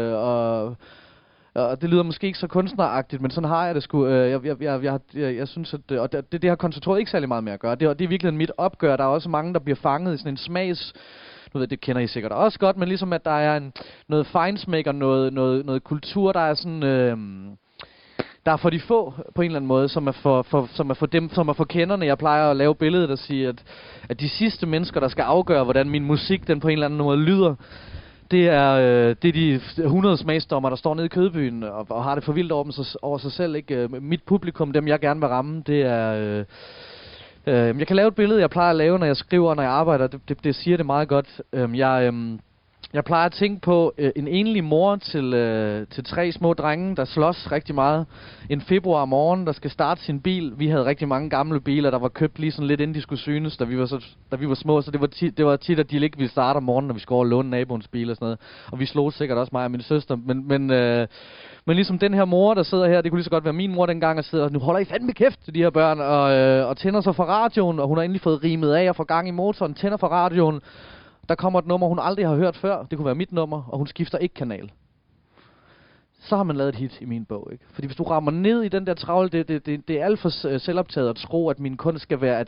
og det lyder måske ikke så kunstneragtigt, men sådan har jeg det sgu. Jeg synes, at og det har konservatoriet ikke særlig meget med at gøre. Det er virkelig mit opgør. Der er også mange, der bliver fanget i sådan en smags... Nu ved, det kender I sikkert også godt, men ligesom at der er noget feinsmaker, noget kultur, der er sådan... der er for de få, på en eller anden måde, som er for dem, som er for kenderne. Jeg plejer at lave billedet og sige, at de sidste mennesker, der skal afgøre, hvordan min musik den på en eller anden måde lyder, Det er de 100 smagsdommer, der står nede i Kødbyen og har det for vildt over sig selv. Ikke? Mit publikum, dem jeg gerne vil ramme, det er... jeg kan lave et billede, jeg plejer at lave, når jeg skriver, når jeg arbejder. Det siger det meget godt. Jeg plejer at tænke på en enlig mor til 3 små drenge, der slås rigtig meget. En februar morgen, der skal starte sin bil. Vi havde rigtig mange gamle biler, der var købt lige sådan lidt inden de skulle synes, da vi var små. Så det var tit, at de ikke ville starte om morgenen, når vi skulle over og låne naboens bil og sådan noget. Og vi slog sikkert også mig og min søster. Men ligesom den her mor, der sidder her, det kunne lige så godt være min mor dengang, og sidder, nu holder I fandme kæft til de her børn, og tænder sig for radioen, og hun har endelig fået rimet af og får gang i motoren, tænder for radioen. Der kommer et nummer, hun aldrig har hørt før. Det kunne være mit nummer, og hun skifter ikke kanal. Så har man lavet et hit i min bog, ikke? Fordi hvis du rammer ned i den der travle, det er alt for selvoptaget at tro, at min kunst skal være,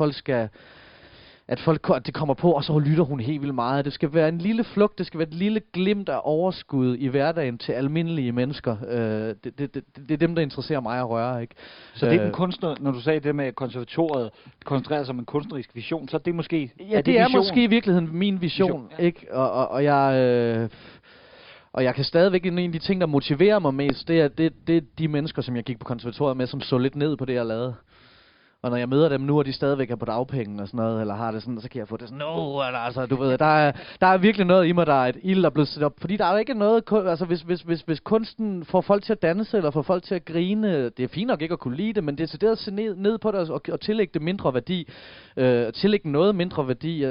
at det kommer på, og så lytter hun helt vildt meget. Det skal være en lille flugt, det skal være et lille glimt af overskud i hverdagen til almindelige mennesker. Det er dem, der interesserer mig at røre, ikke? Så det er den kunstner, når du sagde det med konservatoriet, koncentrerer sig om en kunstnerisk vision, så er det måske... Ja, det er måske i virkeligheden min vision, ja. Ikke? Og jeg kan stadigvæk, en af de ting, der motiverer mig mest, det er de mennesker, som jeg gik på konservatoriet med, som så lidt ned på det, jeg lavede. Og når jeg møder dem nu, og de stadigvæk er på dagpenge og sådan noget, eller har det sådan, så kan jeg få det sådan, altså, du ved, der er virkelig noget i mig, der er et ild, der er blevet sat op. Fordi der er jo ikke noget, altså hvis kunsten får folk til at danse, eller får folk til at grine, det er fint nok ikke at kunne lide det, men det er det at se ned på det, og tillægge det mindre værdi, tillægge noget mindre værdi.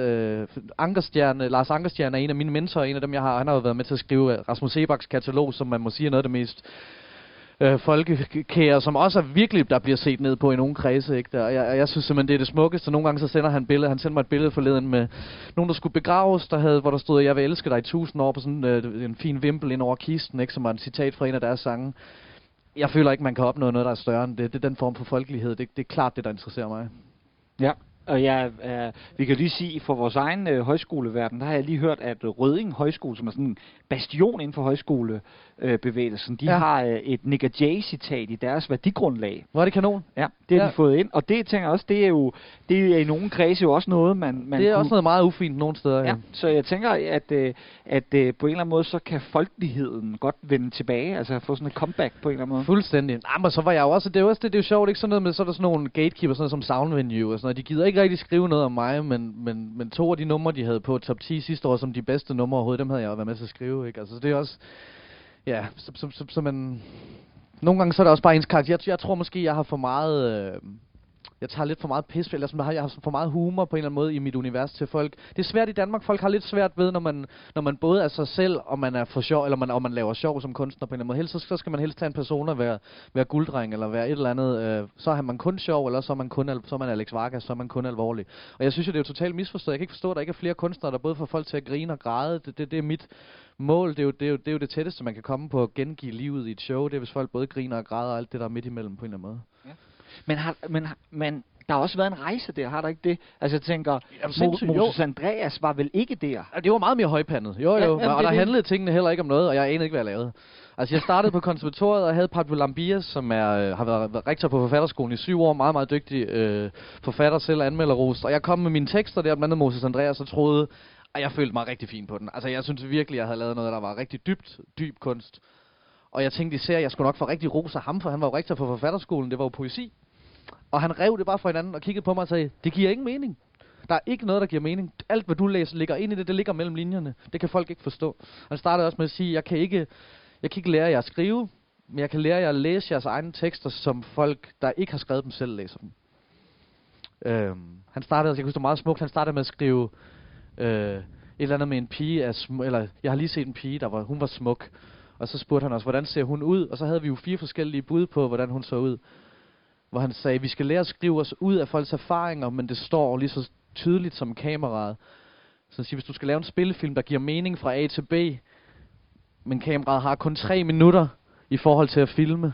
Lars Ankerstjerne er en af mine mentorer, en af dem jeg har, han har jo været med til at skrive Rasmus Sebaks katalog, som man må sige er noget af det mest... folkekære, som også er virkelig, der bliver set ned på i nogle kredse, ikke? Jeg synes simpelthen, det er det smukkeste. Nogle gange så sender han billeder. Han sendte mig et billede forleden med nogen, der skulle begraves, hvor der stod, jeg vil elske dig i 1000 år, på sådan en fin vimpel ind over kisten, ikke? Som var en citat fra en af deres sange. Jeg føler ikke, man kan opnå noget, der er større end det. Det er den form for folkelighed. Det er klart det, der interesserer mig. Ja. Og vi kan lige sige, for vores egen højskoleverden, der har jeg lige hørt, at Rødding Højskole, som er sådan en bastion inden for højskolebevægelsen, de har et Nick Jay-citat i deres værdigrundlag. Hvor er det kanon? Ja, det har de fået ind. Og det tænker jeg også, det er i nogle kredse jo også noget, man det er også noget meget ufint nogle steder. Ja, så jeg tænker, at på en eller anden måde, så kan folkeligheden godt vende tilbage, altså få sådan et comeback på en eller anden måde. Fuldstændig. Nej, men så var jeg jo også, det er jo sjovt, ikke sådan noget med, så er der sådan nogle gatekeepers, sådan noget som Sound Venue og sådan noget. De gider ikke rigtig skrive noget om mig, men 2 af de numre, de havde på top 10 sidste år, som de bedste numre overhovedet, dem havde jeg jo været med til at skrive, ikke? Altså, det er også, ja, så man... Nogle gange så er det også bare ens karakter. Jeg tror måske, jeg har for meget... Jeg tager lidt for meget pis, eller jeg har for meget humor på en eller anden måde i mit univers til folk. Det er svært i Danmark. Folk har lidt svært ved, når man både er sig selv, og man er for sjov, eller man laver sjov som kunstner på en eller anden måde. Så skal man helst tage en person og være gulddreng, eller være et eller andet. Så er man kun sjov, eller så er man Alex Vargas, så er man kun alvorlig. Og jeg synes jo, det er jo totalt misforstået. Jeg kan ikke forstå, at der ikke er flere kunstnere, der både får folk til at grine og græde. Det er mit mål. Det er jo det tætteste, man kan komme på at gengive livet i et show. Det er, hvis folk både griner og græder og alt det, der er midt imellem på en eller anden måde. Ja. Men der har også været en rejse der, har der ikke det? Altså jeg tænker, Moses Andreas var vel ikke der? Ja, det var meget mere højpandet. Jo. Og der handlede tingene heller ikke om noget, og jeg anede ikke, hvad jeg lavede. Altså jeg startede på konservatoriet og havde Pablo Lambias, som har været rektor på forfatterskolen i 7 år, meget, meget dygtig forfatter, selv anmelderrost. Og jeg kom med mine tekster der, blandt andet Moses Andreas, og troede, at jeg følte mig rigtig fint på den. Altså jeg synes virkelig, jeg havde lavet noget, der var rigtig dyb kunst. Og jeg tænkte især, at jeg skulle nok få rigtig ros af ham, for han var jo rektor på forfatterskolen, det var jo poesi. Og han rev det bare fra hinanden og kiggede på mig og sagde, det giver ingen mening. Der er ikke noget, der giver mening. Alt, hvad du læser, ligger ind i det ligger mellem linjerne. Det kan folk ikke forstå. Han startede også med at sige, jeg kan ikke lære jer at skrive, men jeg kan lære jer at læse jeres egne tekster, som folk, der ikke har skrevet dem selv, læser dem. Han startede, jeg kan huske det meget smukt, han startede med at skrive et eller andet med en pige, eller jeg har lige set en pige, hun var smuk. Og så spurgte han os, hvordan ser hun ud? Og så havde vi jo 4 forskellige bud på, hvordan hun så ud. Hvor han sagde, vi skal lære at skrive os ud af folks erfaringer, men det står lige så tydeligt som kameraet. Så han siger, hvis du skal lave en spillefilm, der giver mening fra A til B, men kameraet har kun 3 minutter i forhold til at filme,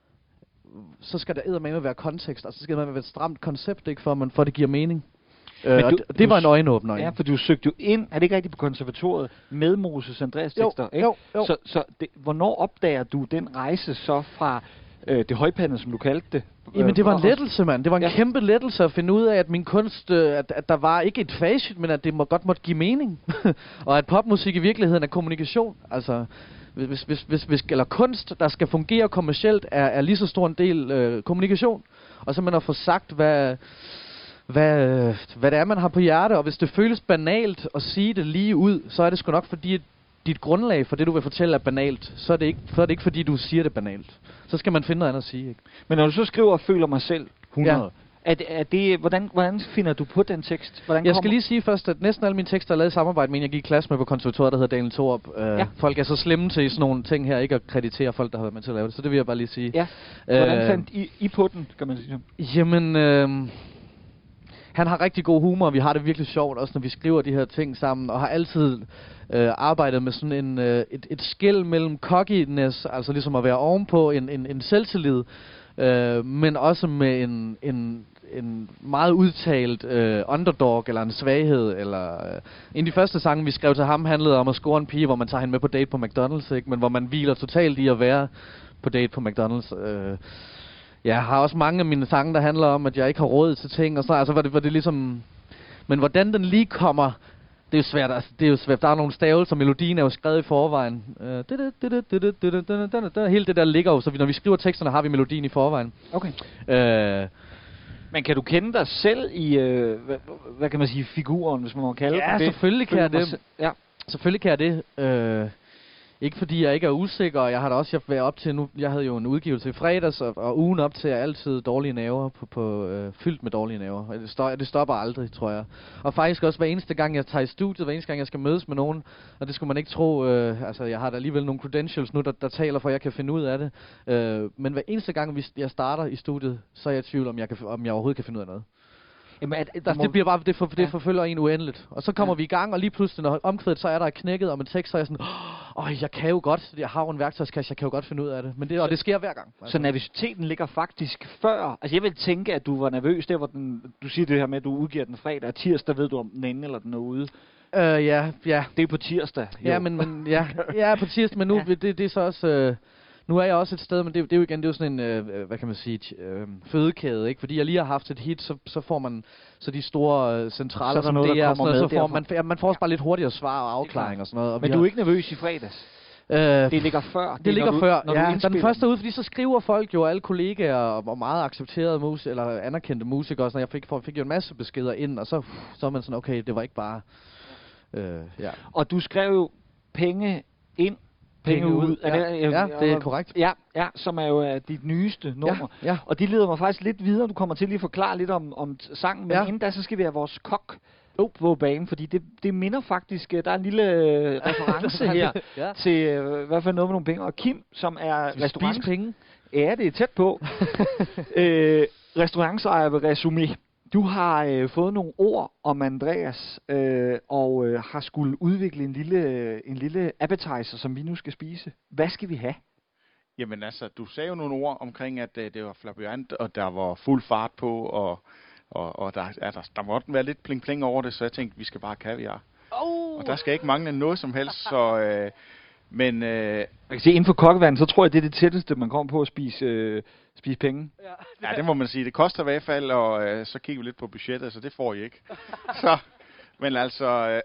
så skal der eddermame være kontekst, og så skal der være et stramt koncept, ikke, for det giver mening. Det var en øjenåbner. Ja, for du søgte jo ind, er det ikke rigtigt, på konservatoriet, med Moses Andreas tekster, ikke? Jo. Så hvornår opdager du den rejse så fra det højpandede, som du kaldte det. Jamen, det var en lettelse, mand. Det var en kæmpe lettelse at finde ud af, at min kunst, at der var ikke et facit, men at det godt måtte give mening. Og at popmusik i virkeligheden er kommunikation. Altså, hvis eller kunst, der skal fungere kommercielt, er lige så stor en del kommunikation. Og så man har fået sagt, hvad det er, man har på hjerte. Og hvis det føles banalt at sige det lige ud, så er det sgu nok fordi, dit grundlag for det, du vil fortælle, er banalt. Så er det ikke fordi, du siger det banalt. Så skal man finde noget andet at sige, ikke? Men når du så skriver føler mig selv 100, er det, hvordan finder du på den tekst? Jeg skal lige sige først, at næsten alle mine tekster er lavet i samarbejde med en, jeg gik i klasse med på konservatoriet, der hedder Daniel Thorup. Folk er så slemme til sådan nogle ting her, ikke at kreditere folk, der har været med til at lave det. Så det vil jeg bare lige sige. Ja. Hvordan fandt I på den, kan man sige? Jamen, han har rigtig god humor, og vi har det virkelig sjovt, også når vi skriver de her ting sammen, og har altid arbejdet med sådan et skel mellem cockiness, altså ligesom at være ovenpå en selvtillid, men også med en meget udtalt underdog, eller en svaghed, eller... en af de første sange, vi skrev til ham, handlede om at score en pige, hvor man tager hende med på date på McDonald's, ikke? Men hvor man hviler totalt i at være på date på McDonald's. Jeg har også mange af mine sange, der handler om, at jeg ikke har råd til ting, og sådan, altså var det ligesom... Men hvordan den lige kommer... Det er jo svært, altså, Der er nogle stavelser, melodien er jo skrevet i forvejen. Hele det der ligger jo, så når vi skriver teksterne, har vi melodien i forvejen. Okay. Men kan du kende dig selv i, hvad kan man sige, figuren, hvis man må kalde det? Ja, selvfølgelig kan jeg det. Ja. Selvfølgelig kan jeg det. Ikke fordi jeg ikke er usikker, jeg har da også været op til nu. Jeg havde jo en udgivelse i fredags, og ugen op til er altid dårlige nerver, fyldt med dårlige nerver. Det stopper aldrig, tror jeg. Og faktisk også hver eneste gang, jeg tager i studiet, hver eneste gang, jeg skal mødes med nogen, og det skulle man ikke tro, altså jeg har da alligevel nogle credentials nu, der taler for, at jeg kan finde ud af det. Men hver eneste gang, jeg starter i studiet, så er jeg i tvivl, om jeg overhovedet kan finde ud af noget. Jamen, det bliver bare, det forfølger en uendeligt. Og så kommer vi i gang, og lige pludselig, når omkvædet, så er der et knækket om en tekst, så er jeg sådan, jeg kan jo godt, jeg har jo en værktøjskasse, jeg kan jo godt finde ud af det. Men det sker hver gang. Altså. Så nervøsiteten ligger faktisk før, altså jeg vil tænke, at du var nervøs der, hvor du siger det her med, at du udgiver den fredag, og tirsdag ved du, om den ende eller den er ude. Ja. Det er på tirsdag. Jo. Ja, på tirsdag, men nu, det er så også... Nu er jeg også et sted, men det er jo igen, det er jo sådan en, hvad kan man sige, fødekæde, ikke? Fordi jeg lige har haft et hit, så får man så de store centraler, som det er, så får man får også bare lidt hurtigere svar og afklaring og sådan noget. Og men du er ikke nervøs i fredags? Det ligger før. Det ligger før, ja. Den første er ude, fordi så skriver folk jo, alle kollegaer og meget accepterede eller anerkendte musikere, så jeg fik jo en masse beskeder ind, og så er man sådan, okay, det var ikke bare... ja. Og du skrev jo penge ind, penge ud. Det er korrekt. Ja, som er jo dit nyeste nummer. Ja. Og det leder mig faktisk lidt videre. Du kommer til lige at forklare lidt om sangen, men inden da, så skal vi have vores kok på banen, fordi det minder faktisk, der er en lille reference her til i hvert fald noget med nogle penge. Og Kim, som er restaurantpenge. Ja, det er tæt på. Restaurantsejer ved Resumé. Du har fået nogle ord om Andreas, og har skulle udvikle en lille appetizer, som vi nu skal spise. Hvad skal vi have? Jamen altså, du sagde jo nogle ord omkring, at det var flamboyant, og der var fuld fart på, og der måtte være lidt pling-pling over det, så jeg tænkte, vi skal bare have kaviar. Og der skal ikke mangle noget som helst, så... Men jeg kan se, inden for kokkeverdenen, så tror jeg, det er det tætteste, man kommer på at spise penge. Ja, det må man sige. Det koster i hvert fald, og så kigger vi lidt på budgettet, så det får I ikke. Så, men altså,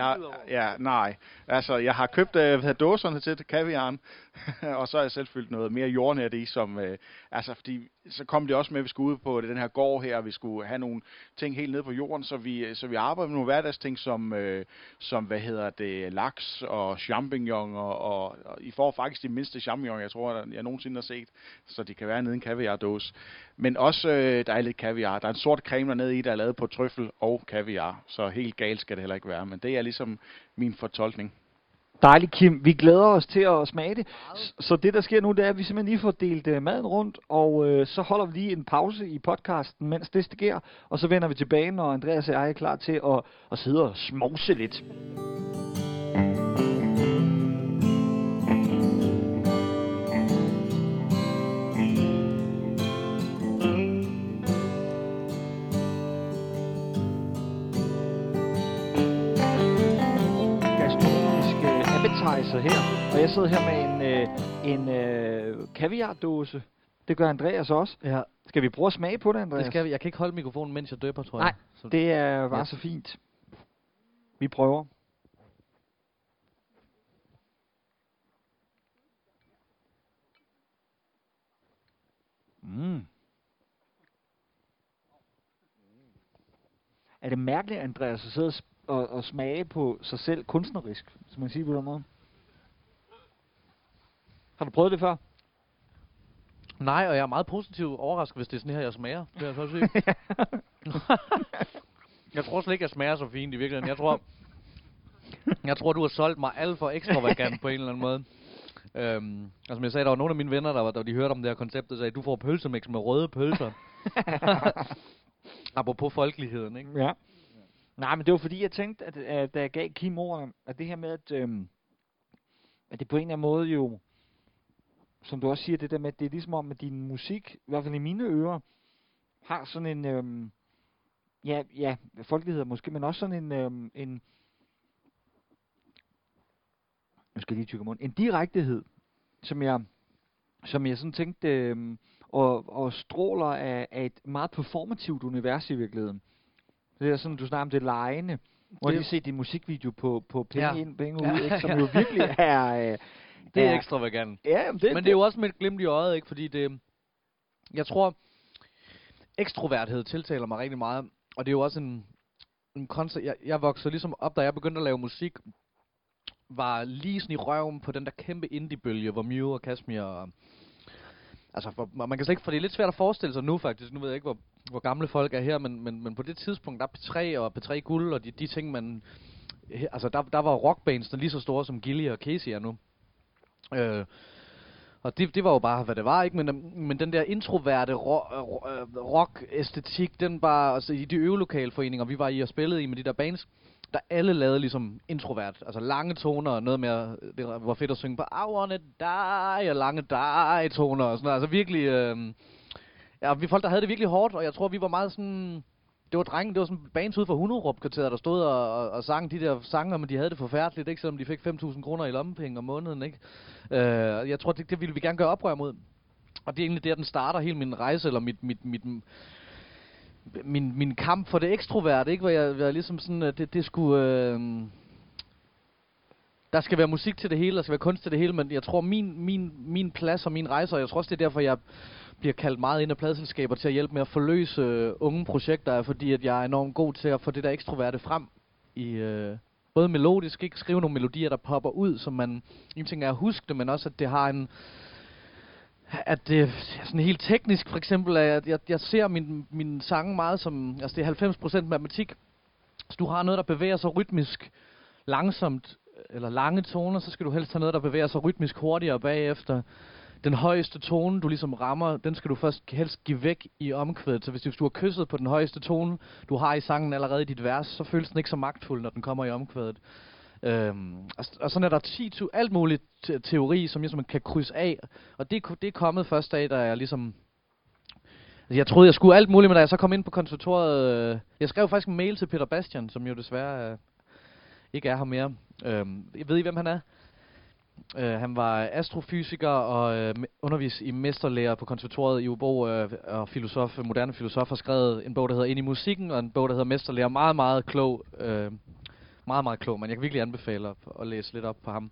jeg har købt dåserne til kaviaren, og så har jeg selv fyldt noget mere jordnært i, som, fordi så kom det også med, at vi skulle ud på den her gård her, og vi skulle have nogle ting helt nede på jorden, så vi arbejder med nogle hverdagsting, som laks og champignon, og I får faktisk de mindste champignon, jeg tror, jeg nogensinde har set, så de kan være nede i en kaviardåse. Men også, der er lidt kaviar. Der er en sort creme dernede i, der er lavet på trøffel og kaviar, så helt galt skal det heller ikke være, men det er ligesom min fortolkning. Dejligt, Kim. Vi glæder os til at smage det. Så det, der sker nu, det er, at vi simpelthen lige får delt maden rundt, og så holder vi lige en pause i podcasten, mens det sker, og så vender vi tilbage, når Andreas og jeg er klar til at sidde og smovse lidt. Her, og jeg sidder her med en kaviardåse Det gør Andreas også. Ja, Skal vi prøve at smage på det, Andreas? det skal vi. Jeg kan ikke holde mikrofonen, mens jeg døber, tror jeg. Nej, Så det er bare så fint. Vi prøver. Er det mærkeligt, Andreas, at sidde og smage på sig selv kunstnerisk, som man siger på den måde? Har du prøvet det før? Nej, og jeg er meget positivt overrasket, hvis det er sådan her, jeg smager. Det vil jeg så sige. Jeg tror slet ikke, jeg smager så fint i virkeligheden. Jeg tror, du har solgt mig alt for ekstravagant på en eller anden måde. Som jeg sagde, der var nogle af mine venner, der de hørte om det her koncept, og sagde, du får pølsemix med røde pølser. Apropos folkeligheden, ikke? Ja. Nej, men det var fordi, jeg tænkte, at da jeg gav Kim ordene, at det her med, at det på en eller anden måde jo, som du også siger, det der med, at det er ligesom om, at din musik, i hvert fald i mine ører, har sådan en, folkelighed måske, men også sådan en nu skal jeg lige tykke munden, en direktehed, som jeg sådan tænkte, og stråler af et meget performativt univers i virkeligheden. Det er sådan, du snakker om det legende. Hvor jeg lige set din musikvideo på penge ind, penge ud, ikke? Som jo virkelig er... det er ekstravagant. Ja, men det er jo også med et glimt i øjet, ikke? Fordi det... Jeg tror, ekstroverthed tiltaler mig rigtig meget. Og det er jo også en koncept... Jeg voksede ligesom op, da jeg begyndte at lave musik, var lige sådan i røven på den der kæmpe indie-bølge, hvor Mew og Kashmir og... Altså, man kan slet ikke, for det er lidt svært at forestille sig nu faktisk. Nu ved jeg ikke, hvor gamle folk er her, men på det tidspunkt, der P3 og P3 Guld og de ting, man... Altså, der var rockbands, der lige så store som Gilly og Casey er nu. Og det var jo bare, hvad det var, ikke? Men den der introverte rock-æstetik, den var... Altså, i de øvelokalforeninger, vi var i og spillede i med de der bands, der alle lavede ligesom introvert. Altså lange toner og noget mere... Det var fedt at synge på I wanna die og lange die-toner og sådan noget. Altså virkelig... vi folk, der havde det virkelig hårdt, og jeg tror, vi var meget sådan... Det var drenge, det var sådan bands ude fra Hunderup-kvarteret, der stod og sang de der sanger, men de havde det forfærdeligt, ikke? Selvom de fik 5.000 kroner i lommepenge om måneden, ikke? Jeg tror, det ville vi gerne gøre oprør mod. Og det er egentlig der, den starter, hele min rejse, eller min kamp for det ekstrovert, ikke? Hvor jeg ligesom sådan, det skulle... Der skal være musik til det hele, der skal være kunst til det hele, men jeg tror, min plads og min rejse, og jeg tror også, det er derfor, jeg bliver kaldt meget ind af pladeselskaber til at hjælpe med at forløse unge projekter, fordi at jeg er enormt god til at få det der ekstroverte frem i... både melodisk, ikke? Skrive nogle melodier, der popper ud, som man... En ting er at huske det, men også, at det har en... At det sådan helt teknisk, for eksempel, at jeg ser min sange meget som... Altså, det er 90% matematik. Så du har noget, der bevæger sig rytmisk langsomt, eller lange toner, så skal du helst have noget, der bevæger sig rytmisk hurtigere bagefter. Den højeste tone, du ligesom rammer, den skal du først helst give væk i omkvædet. Så hvis du har kysset på den højeste tone, du har i sangen allerede i dit vers, så føles den ikke så magtfuld, når den kommer i omkvædet. Og sådan er der alt muligt teori, som man kan krydse af. Og det er kommet først af, da jeg ligesom... Altså, jeg troede, jeg skulle alt muligt, men da jeg så kom ind på konservatoriet... jeg skrev faktisk en mail til Peter Bastian, som jo desværre ikke er her mere. Ved I, hvem han er? Han var astrofysiker og undervis i mesterlærer på konservatoriet i Ubo, og moderne filosof, har skrevet en bog, der hedder Ind i musikken, og en bog, der hedder Mesterlærer. Meget, meget klog. Meget, meget klog, men jeg kan virkelig anbefale at læse lidt op på ham.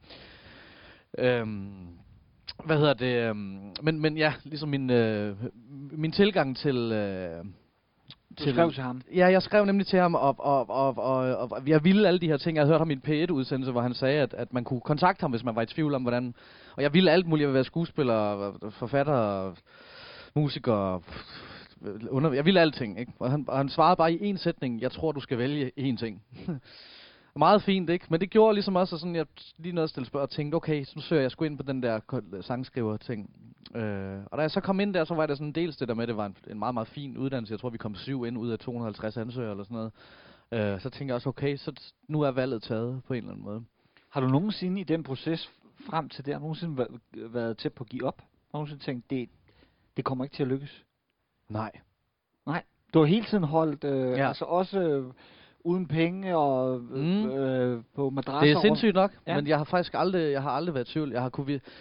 Hvad hedder det? Men ja, ligesom min tilgang til... Du skrev til ham? Ja, jeg skrev nemlig til ham, og jeg ville alle de her ting. Jeg havde hørt ham i en P1-udsendelse, hvor han sagde, at man kunne kontakte ham, hvis man var i tvivl om, hvordan... Og jeg ville alt muligt. Jeg ville være skuespiller, forfatter, musiker... Jeg ville alting, ikke? Og han svarede bare i én sætning, jeg tror, du skal vælge én ting. Meget fint, ikke? Men det gjorde ligesom også, sådan, jeg lige noget stille spørg og tænkte, okay, så nu søger jeg sgu ind på den der sangskriver-ting. Og da jeg så kom ind der, så var det sådan dels det der med, det var en meget, meget fin uddannelse. Jeg tror, vi kom 7 ind ud af 250 ansøgere eller sådan noget. Så tænkte jeg også, okay, så nu er valget taget på en eller anden måde. Har du nogensinde i den proces frem til der, nogensinde været tæt på at give op? Har du nogensinde tænkt, det kommer ikke til at lykkes? Nej. Du har hele tiden holdt, altså også... uden penge og på madrasser. Det er sindssygt nok, men jeg har faktisk aldrig været i tvivl.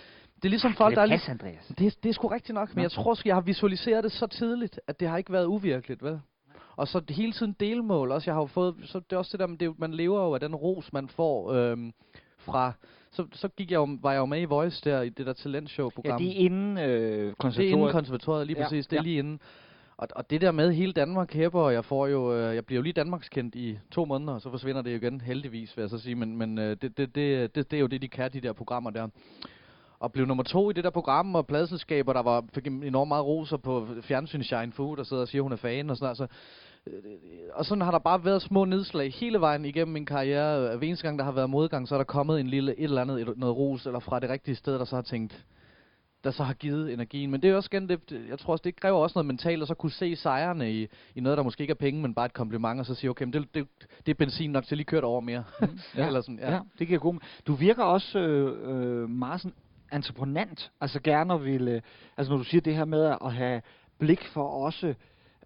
det er ligesom folk, der er lidt... Andreas. Det er sgu rigtigt nok, men jeg tror sgu, jeg har visualiseret det så tidligt, at det har ikke været uvirkeligt, vel? Og så hele tiden delmål også. Jeg har jo fået, så det er også det der, det, man lever jo af den ros, man får fra... Så var jeg jo med i Voice der, i det der talentshow-program. Ja, det er inden konservatoriet. Det er inden konservatoriet, lige præcis. Det er lige inden. Og det der med hele Danmark hæpper, og jeg får jo, jeg bliver jo lige Danmarkskendt i 2 måneder, og så forsvinder det jo igen, heldigvis vil jeg så sige. Men det er jo det, de kan, de der programmer der. Og blev nummer 2 i det der program, og pladeselskaber, der fik enormt meget roser på fjernsyn Shine Food, der sidder og siger, hun er fan og sådan noget. Og sådan har der bare været små nedslag hele vejen igennem min karriere. Hver eneste gang, der har været modgang, så er der kommet en lille et eller andet, noget ros, eller fra det rigtige sted, der så har tænkt, der så har givet energien. Men det er også igen, jeg tror også, det kræver også noget mentalt, at så kunne se sejrene i noget, der måske ikke er penge, men bare et kompliment, og så sige, okay, men det er benzin nok til lige kørt over mere. Eller sådan, ja, det giver god. Du virker også meget sådan entreprenant, altså gerne vil, altså når du siger det her med at have blik for også,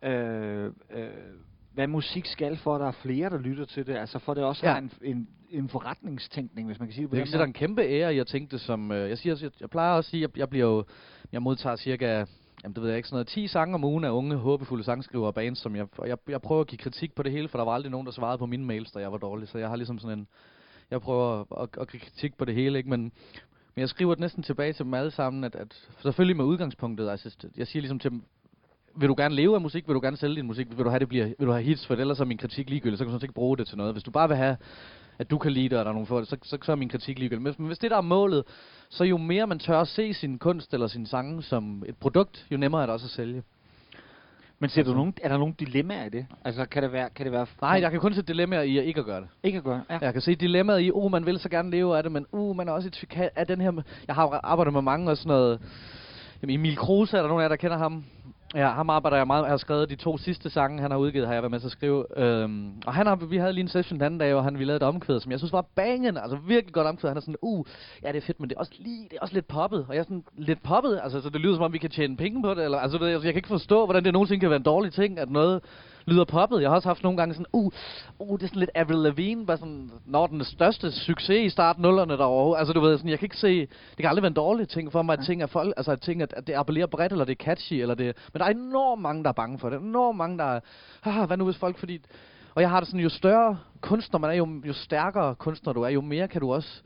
hvad musik skal for, at der er flere, der lytter til det, altså for det også har en forretningstænkning, hvis man kan sige det på den måde. Det er en kæmpe ære, jeg tænkte som, jeg plejer også at sige, jeg modtager cirka, jamen det ved jeg ikke, sådan noget 10 sange om ugen af unge, håbefulde sangskriver og bands, som jeg prøver at give kritik på det hele, for der var aldrig nogen, der svarede på mine mails, da jeg var dårlig, så jeg har ligesom sådan jeg prøver at give kritik på det hele, ikke, men jeg skriver det næsten tilbage til dem alle sammen, at selvfølgelig med udgangspunktet, altså jeg siger ligesom til dem, vil du gerne leve af musik, vil du gerne sælge din musik, vil du have hits, for ellers er min kritik ligegyldig, så kan du ikke bruge det til noget. Hvis du bare vil have, at du kan lide det, og der er nogen for det, så er min kritik ligegyldig. Men hvis det der er målet, så jo mere man tør at se sin kunst eller sin sange som et produkt, jo nemmere er det også at sælge. Men er der nogle dilemmaer i det? Altså kan det være Nej, jeg kan kun se dilemmaer i at ikke at gøre det. Ikke at gøre, ja. Jeg kan se dilemmaet i, man vil så gerne leve af det, men man er også af den her... Jeg har arbejdet med mange og sådan noget... Jamen, Emil Kruse, er der nogen af jer, der kender ham? Ja, ham arbejder jeg meget. Jeg har skrevet de 2 sidste sange, han har udgivet, har jeg været med til at skrive. Og vi havde lige en session den anden dag, og vi lavede et omkvæd, som jeg synes var bangende. Altså virkelig godt omkvæd. Han er sådan, ja, det er fedt, men det er også lidt poppet. Og jeg er sådan, lidt poppet? Altså, så det lyder som om, vi kan tjene penge på det. Eller, altså, jeg kan ikke forstå, hvordan det nogensinde kan være en dårlig ting, at noget lyder poppet. Jeg har også haft nogle gange sådan, det er sådan lidt Avril Lavigne, bare sådan, når den største succes i start 0'erne derovre. Altså, du ved, sådan, jeg kan ikke se, det kan aldrig være en dårlig ting for mig, at ting er folk, altså at det appellerer bredt, eller det er catchy, eller det, men der er enormt mange, der er bange for det. Enormt mange, der er, hvad nu hvis folk, fordi, og jeg har det sådan, jo større kunstner man er, jo stærkere kunstner du er, jo mere kan du også,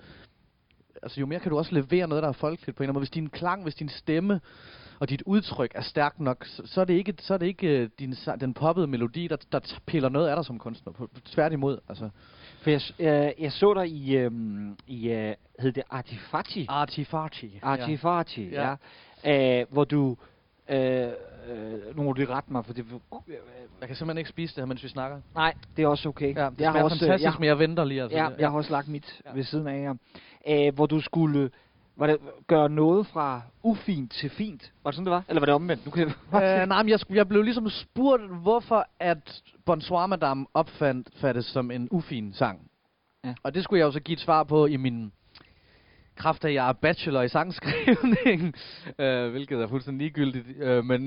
levere noget, der er folkeligt på en eller anden måde. Hvis din klang, hvis din stemme, og dit udtryk er stærkt nok, så er det ikke den poppede melodi, der piller noget af dig som kunstner. Tværtimod, altså. For jeg så dig hed det Artifati? Artifati, ja. Hvor du... nu må du rette mig, for det... Jeg kan simpelthen ikke spise det her, mens vi snakker. Nej, det er også okay. Ja, det er fantastisk, men jeg venter lige. Altså. Ja, jeg har også lagt mit ved siden af jer. Hvor du skulle... gøre noget fra ufint til fint? Var det sådan, det var? Eller var det omvendt? Nej, men jeg blev ligesom spurgt, hvorfor at Bonsoir Madame opfattes som en ufin sang. Ja. Og det skulle jeg jo så give et svar på i min kraft af, jeg er bachelor i sangskrivning, hvilket er fuldstændig ligegyldigt. Men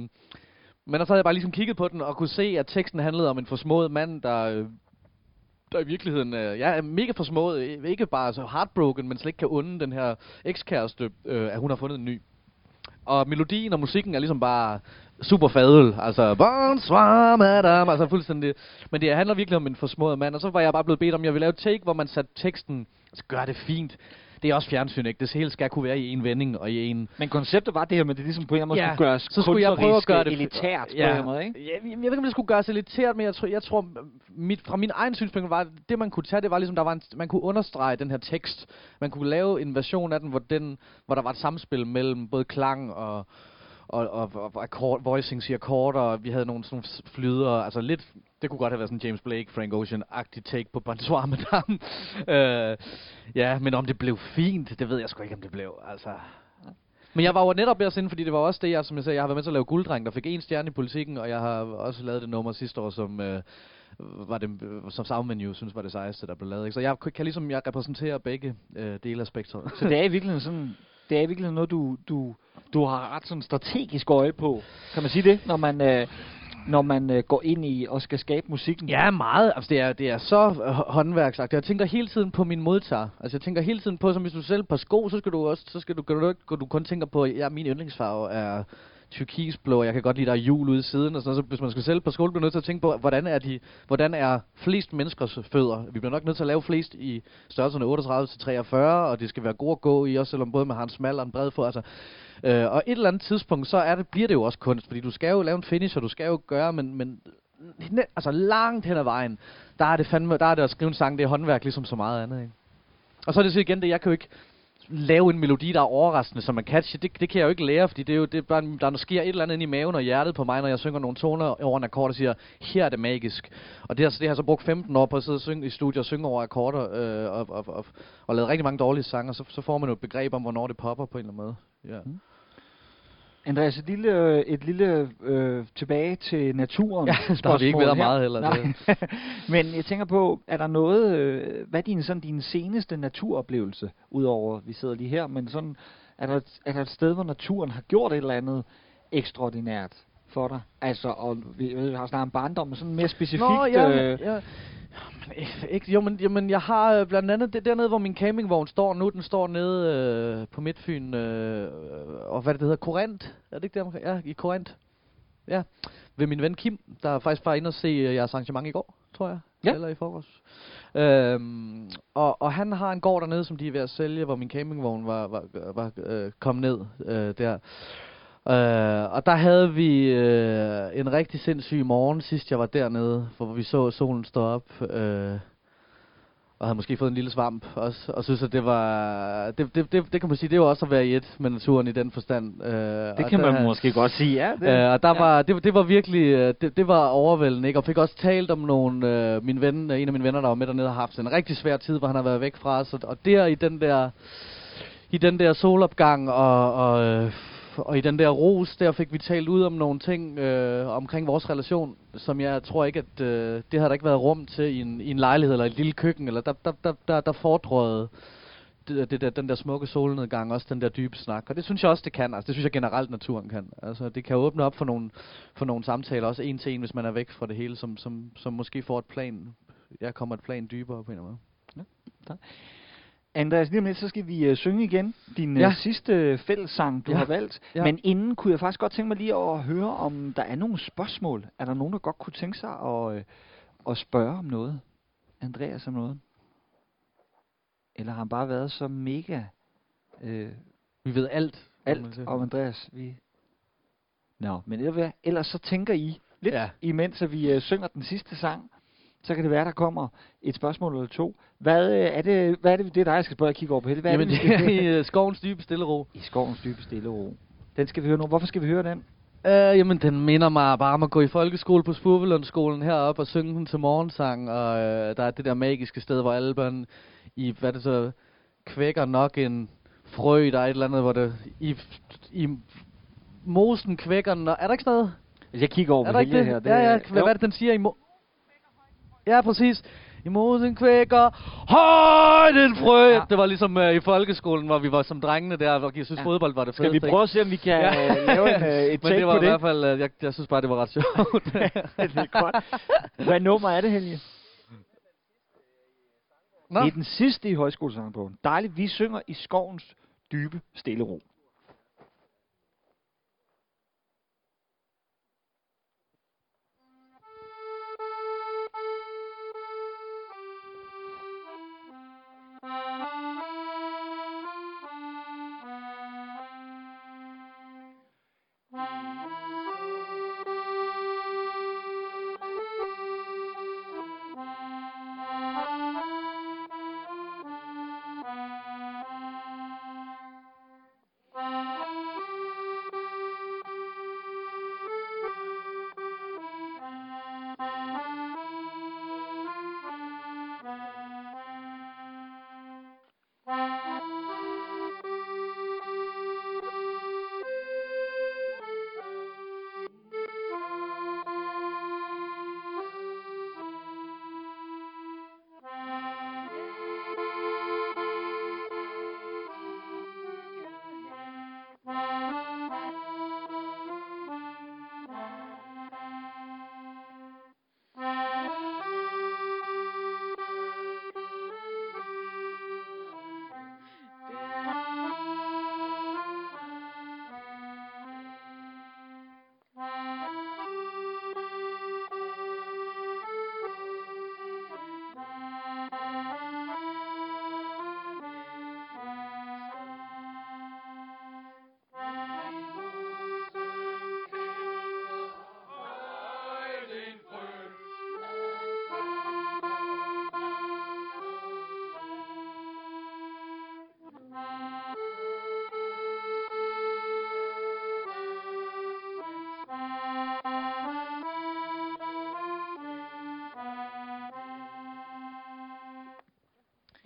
så havde jeg bare ligesom kigget på den og kunne se, at teksten handlede om en forsmået mand, der i virkeligheden er mega forsmået, ikke bare så heartbroken, men slet ikke kan unde den her ekskæreste, at hun har fundet en ny. Og melodien og musikken er ligesom bare super fadøl, altså bonsoir madame, altså fuldstændig. Men det handler virkelig om en forsmået mand, og så var jeg bare blevet bedt om, jeg ville lave et take, hvor man satte teksten, altså gør det fint. Det er også fjernsyn, ikke? Det hele skal kunne være i en vending og i en... Men konceptet var det her, men det ligesom på en måde skulle gøres så skulle jeg prøve at gøre det elitært på en måde, ikke? Jeg ved ikke, om det skulle gøres elitært, men jeg tror fra min egen synspunkt var det, man kunne tage, det var ligesom, man kunne understrege den her tekst. Man kunne lave en version af den, hvor der var et samspil mellem både klang og voicings i akkorder, og vi havde nogle sådan flyder, altså lidt, det kunne godt have været sådan James Blake, Frank Ocean-agtig take på Bonsoir Madame. Ja, men om det blev fint, det ved jeg sgu ikke, om det blev, altså. Men jeg var jo netop ved fordi det var også det, som jeg sagde, jeg har været med til at lave Gulddreng, der fik 1 stjerne i Politikken, og jeg har også lavet det nummer sidste år, som Soundmenu synes var det sejeste, der blev lavet, ikke? Så jeg kan ligesom, jeg repræsenterer begge dele af spektret. Så det er i virkeligheden sådan... Det er virkelig noget, du har ret sådan strategisk øje på. Kan man sige det, når man... når man går ind i og skal skabe musikken? Ja, meget. Altså, det er så håndværksagtigt. Jeg tænker hele tiden på min modtager. Altså, jeg tænker hele tiden på, som hvis du sælger et par sko, så skal du kun tænke på, ja, min yndlingsfarve er turkisblå, og jeg kan godt lide, der er hjul ude i siden, og sådan noget. Så hvis man skal sælge et par sko, bliver du nødt til at tænke på, hvordan er flest menneskers fødder. Vi bliver nok nødt til at lave flest i størrelserne 38 til 43, og det skal være gode at gå i, også selvom både man har en smal og en bred fod. Altså, og et eller andet tidspunkt, bliver det jo også kunst, fordi du skal jo lave en finish, og du skal jo gøre, men altså langt hen ad vejen, der er det at skrive en sang, det er håndværk ligesom så meget andet, ikke? Og så er det så igen det, jeg kan jo ikke lave en melodi, der er overraskende, som er catchy. Det kan jeg jo ikke lære, fordi det er bare, der sker et eller andet inde i maven og hjertet på mig, når jeg synger nogle toner over en akkord og siger, her er det magisk. Og det har jeg så brugt 15 år på at sidde og synge i studiet og synge over akkorder, og lavet rigtig mange dårlige sange, og så får man jo et begreb om, hvornår det popper på en eller anden måde. Ja. Andreas, et lille tilbage til naturen. Ja, der har vi ikke været meget heller. Men jeg tænker på, er der noget, hvad er din seneste naturoplevelse, udover vi sidder lige her, men sådan, er der et sted, hvor naturen har gjort et eller andet ekstraordinært for dig? Altså, og vi har snart en barndom, men sådan mere specifikt. Nå, ja. Jamen, jeg har blandt andet det dernede, hvor min campingvogn står nu. Den står nede på Midtfyn, og hvad det hedder, Korinth. Er det ikke der? Ja, i Korinth. Ja, ved min ven Kim, der faktisk var inde og se jeres arrangement i går, tror jeg. Ja. Eller i forgårs. Og han har en gård dernede, som de er ved at sælge, hvor min campingvogn var kommet ned der. Og der havde vi en rigtig sindssyg morgen, sidst jeg var dernede, hvor vi så solen stå op, og havde måske fået en lille svamp også, og synes, at det var, det kan man sige, det var også at være i et med naturen i den forstand. Det kan man måske godt sige, ja. Og der var, det var virkelig, det var overvældende, ikke? Og fik også talt om en af mine venner, der var med dernede, har haft en rigtig svær tid, hvor han har været væk fra os, og der i den der solopgang og i den der ros, der fik vi talt ud om nogle ting omkring vores relation, som jeg tror ikke, at det havde der ikke været rum til i en lejlighed eller et lille køkken, eller der fordrøede den der smukke solnedgang, også den der dybe snak. Og det synes jeg også, det kan. Altså, det synes jeg generelt, naturen kan. Altså, det kan åbne op for nogle samtaler, også en til en, hvis man er væk fra det hele, som måske får et plan, kommer et plan dybere på en eller anden måde. Ja, Andreas, lige om lidt, så skal vi synge igen din sidste fællessang, du har valgt. Ja. Men inden kunne jeg faktisk godt tænke mig lige at høre, om der er nogle spørgsmål. Er der nogen, der godt kunne tænke sig at spørge om noget? Andreas om noget? Eller har han bare været så mega... vi ved alt. Alt om Andreas. Men ellers så tænker I lidt, imens at vi synger den sidste sang. Så kan det være, der kommer et spørgsmål eller to. Hvad er det er dig, jeg skal spørge at kigge over på Helle? Jamen, det er i skovens dybe stille ro. I skovens dybe stille ro. Den skal vi høre nu. Hvorfor skal vi høre den? Jamen, den minder mig bare om at gå i folkeskole på Spurvelundskolen heroppe og synge den til morgensang. Og der er det der magiske sted, hvor alle børn kvækker nok en frø. Der er et eller andet, hvor det i mosen kvækker den. Er der ikke sådan noget? Jeg kigger over på Helle her. Hvad er det, den siger? Ja, præcis. I mosen kvækker højt en frø. Ja. Det var ligesom i folkeskolen, hvor vi var som drengene der, hvor jeg synes fodbold var det fedeste. Skal vi prøve at se, om vi kan lave et take på det? Men det var i hvert fald, jeg synes bare, det var ret sjovt. Det er godt. Hvad nummer er det, Helge? Det er den sidste i højskolesangbogen. Dejligt, vi synger i skovens dybe stille ro.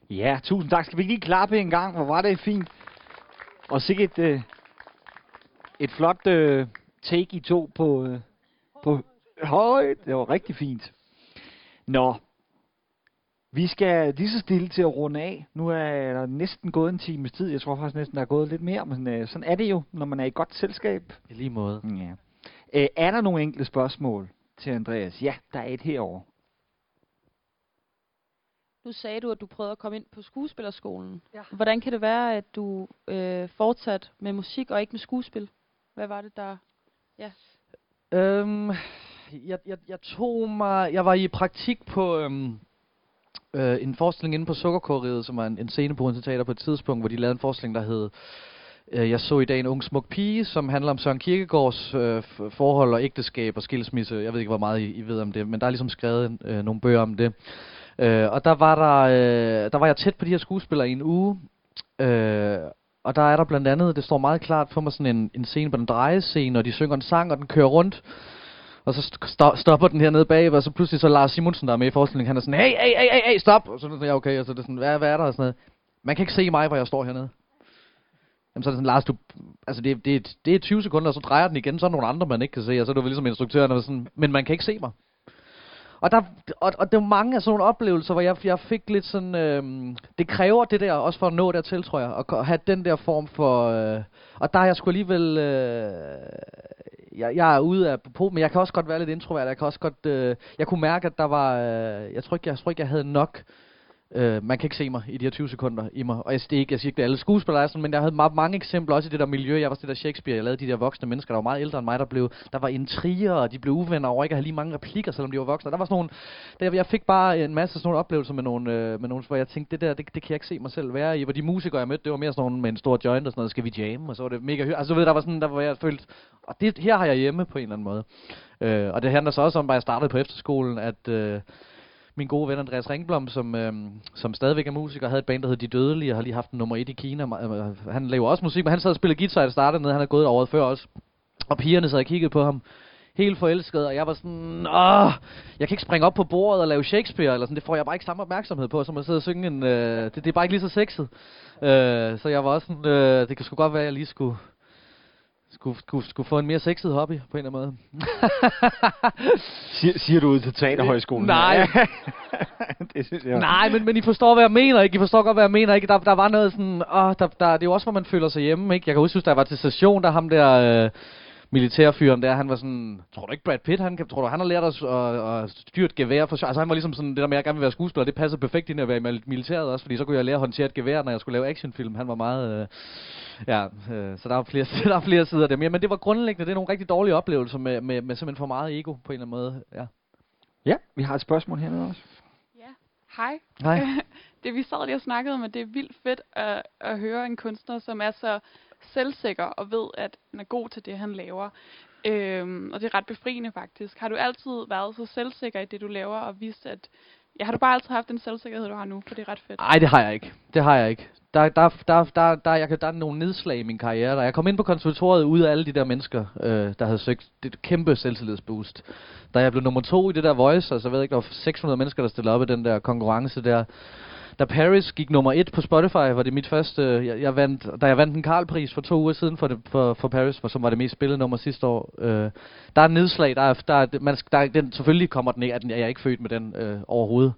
Ja, tusind tak. Skal vi lige klappe en gang? Hvor var det fint. Og sikkert et flot take I to på højt. Det var rigtig fint. Nå. Vi skal lige så stille til at runde af. Nu er der næsten gået en times tid. Jeg tror faktisk næsten, der er gået lidt mere. Men sådan er det jo, når man er i godt selskab. I lige måde. Ja. Er der nogle enkelte spørgsmål til Andreas? Ja, der er et herovre. Nu sagde du, at du prøvede at komme ind på skuespillerskolen. Ja. Hvordan kan det være, at du fortsat med musik og ikke med skuespil? Hvad var det, der... Ja. Jeg var i praktik på en forestilling inde på Sukkerkåreriet, som var en scene på Odense Teater på et tidspunkt, hvor de lavede en forestilling, der hed Jeg så i dag en ung smuk pige, som handler om Søren Kierkegaards forhold og ægteskab og skilsmisse. Jeg ved ikke, hvor meget I ved om det, men der er ligesom skrevet nogle bøger om det. Og der var jeg tæt på de her skuespillere i en uge. Og der er der blandt andet, det står meget klart for mig, sådan en scene på den drejescene, og de synger en sang, og den kører rundt. Og så stopper den her nede bag, og så pludselig så Lars Simonsen, der er med i forestillingen, han er sådan, hey, stop! Og så er det okay, og så er det sådan, hvad er der? Og sådan noget. Man kan ikke se mig, hvor jeg står hernede. Jamen så er det sådan, Lars, altså det er 20 sekunder, og så drejer den igen, så er nogle andre, man ikke kan se, og så er du ligesom instruktøren, og sådan, men man kan ikke se mig. Og det var mange af sådan nogle oplevelser, hvor jeg fik lidt sådan, det kræver det der, også for at nå dertil, tror jeg, at have den der form for, og der er jeg sgu alligevel, jeg er ude af på, men jeg kan også godt være lidt introvert, jeg kan også godt, jeg kunne mærke, at der var, jeg tror ikke, jeg havde nok. Man kan ikke se mig i de her 20 sekunder i mig. Og jeg siger ikke, det er alle skuespillere er sådan, men jeg havde mange eksempler også i det der miljø. Jeg var det der Shakespeare, jeg lavede de der voksne mennesker, der var meget ældre end mig, der var intriger, og de blev uvenner over ikke at have lige mange replikker, selvom de var voksne. Der var sådan nogle, jeg fik bare en masse sådan nogle oplevelser med nogle, hvor jeg tænkte, det kan jeg ikke se mig selv være i. Hvor de musikere, jeg mødte, det var mere sådan nogle med en stor joint og sådan noget, skal vi jamme? Og så var det mega hyggeligt. Altså du ved, der var sådan, der hvor jeg følte, og det her har jeg hjemme på en eller anden måde. Og det handler så også om, at jeg startede på efterskolen, at min gode ven Andreas Ringblom, som stadigvæk er musiker, havde et band, der hed De Dødelige, og har lige haft en nummer 1 i Kina. Han laver også musik, men han sad og spillede guitar, da startede nede. Han havde gået året før også. Og pigerne sad og kiggede på ham, helt forelsket, og jeg var sådan, jeg kan ikke springe op på bordet og lave Shakespeare, eller sådan, det får jeg bare ikke samme opmærksomhed på, som at sidde og synge en, det er bare ikke lige så sexet. Så jeg var også sådan, det kan sgu godt være, at jeg lige skulle få en mere sexet hobby, på en eller anden måde. Siger du ud til teaterhøjskolen? Nej. Det synes jeg. Nej, men I forstår, hvad jeg mener, ikke? I forstår godt, hvad jeg mener, ikke? Der var noget sådan, det er jo også, hvor man føler sig hjemme, ikke? Jeg kan huske, da jeg var til station, der ham der militærfyren der, han var sådan, tror du ikke Brad Pitt, tror du, han har lært os at styre et gevær? Altså han var ligesom sådan, det der med, at jeg gerne vil være skuespiller, det passede perfekt ind at være i militæret også, fordi så kunne jeg lære at håndtere et gevær, når jeg skulle lave actionfilm. Han var meget, så der var flere sider af det. Men det var grundlæggende, det er nogle rigtig dårlige oplevelser med simpelthen for meget ego, på en eller anden måde, ja. Ja, vi har et spørgsmål hernede også. Ja, hej. Hej. Det vi sad lige og snakkede om, at det er vildt fedt at høre en kunstner, som er så selvsikker og ved, at han er god til det, han laver. Og det er ret befriende faktisk. Har du altid været så selvsikker i det, du laver, og vist, at... Ja, har du bare altid haft den selvsikkerhed, du har nu? For det er ret fedt. Nej, det har jeg ikke. Der er nogle nedslag i min karriere. Da jeg kom ind på konservatoriet ud af alle de der mennesker, der havde søgt det kæmpe selvtillidsboost. Da jeg blev nummer 2 i det der Voice, altså jeg ved ikke, der var 600 mennesker, der stillede op i den der konkurrence der. Da Paris gik nummer 1 på Spotify, var det mit første... Da jeg vandt en Carl-pris for 2 uger siden for Paris, som var det mest spillede nummer sidste år. Der er nedslag, selvfølgelig kommer den ikke, at jeg er ikke født med den overhovedet.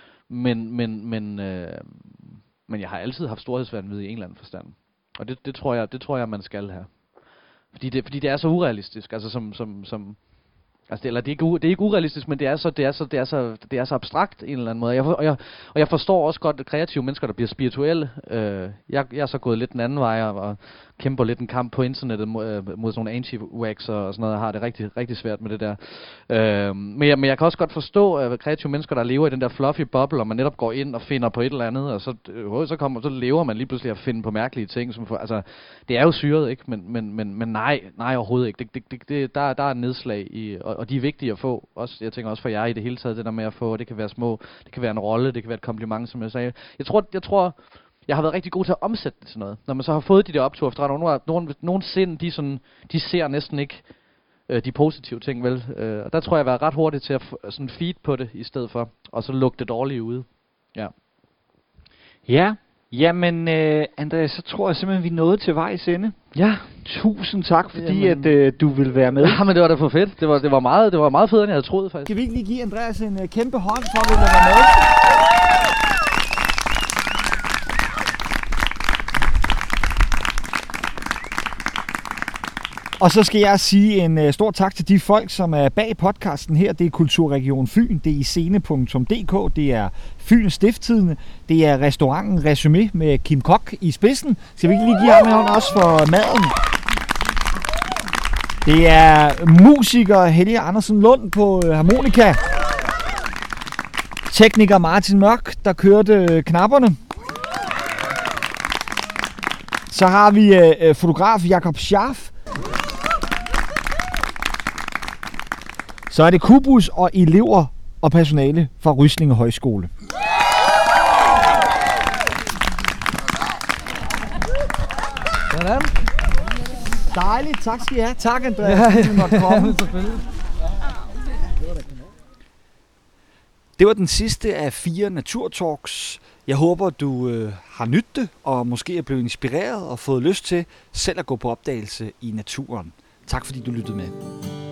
Men jeg har altid haft storhedsvanvid i en eller anden forstand. Og det tror jeg, man skal have. Fordi det er så urealistisk, altså som altså det er ikke urealistisk, men det er så abstrakt i en eller anden måde. Og jeg forstår også godt kreative mennesker, der bliver spirituelle. Jeg er så gået lidt den anden vej og kæmper lidt en kamp på internettet mod sådan nogle anti-vaxxer og sådan noget. Jeg har det rigtig, rigtig svært med det der. Men jeg kan også godt forstå kreative mennesker, der lever i den der fluffy bubble, og man netop går ind og finder på et eller andet, og så lever man lige pludselig at finde på mærkelige ting. Altså, det er jo syret, ikke? Men nej overhovedet ikke. Der er et nedslag i, og de er vigtige at få. Også, jeg tænker også for jer i det hele taget, det der med at få, det kan være små, det kan være en rolle, det kan være et kompliment, som jeg sagde. Jeg tror jeg har været rigtig god til at omsætte det til noget. Når man så har fået de der opture, for nogle sind, de ser næsten ikke de positive ting, vel? Og der tror jeg, jeg har været ret hurtig til at sådan feed på det, i stedet for, og så lukke det dårlige ude. Ja. Ja, jamen Andreas, så tror jeg simpelthen, vi er nået til vejs ende. Ja. Tusind tak, fordi at du vil være med. Ja, men det var da for fedt. Det var meget federe, end jeg havde troet, faktisk. Skal vi ikke lige give Andreas en kæmpe hånd for at ville være med? Og så skal jeg sige en stor tak til de folk, som er bag podcasten her. Det er Kulturregion Fyn, det er iscene.dk, det er Fyns Stiftstidende, det er restauranten Resumé med Kim Kok i spidsen. Skal vi ikke lige give ham en hånd også for maden? Det er musiker Helge Andersen Lund på harmonika. Tekniker Martin Mørk, der kørte knapperne. Så har vi fotograf Jakob Scharf. Så er det Kubus og elever og personale fra Ryslinge Højskole. Sådan. Dejligt, tak skal I have. Tak Andreas, at du måtte komme. Det var den sidste af 4 Naturtalks. Jeg håber, du har nydt det, og måske er blevet inspireret og fået lyst til selv at gå på opdagelse i naturen. Tak fordi du lyttede med.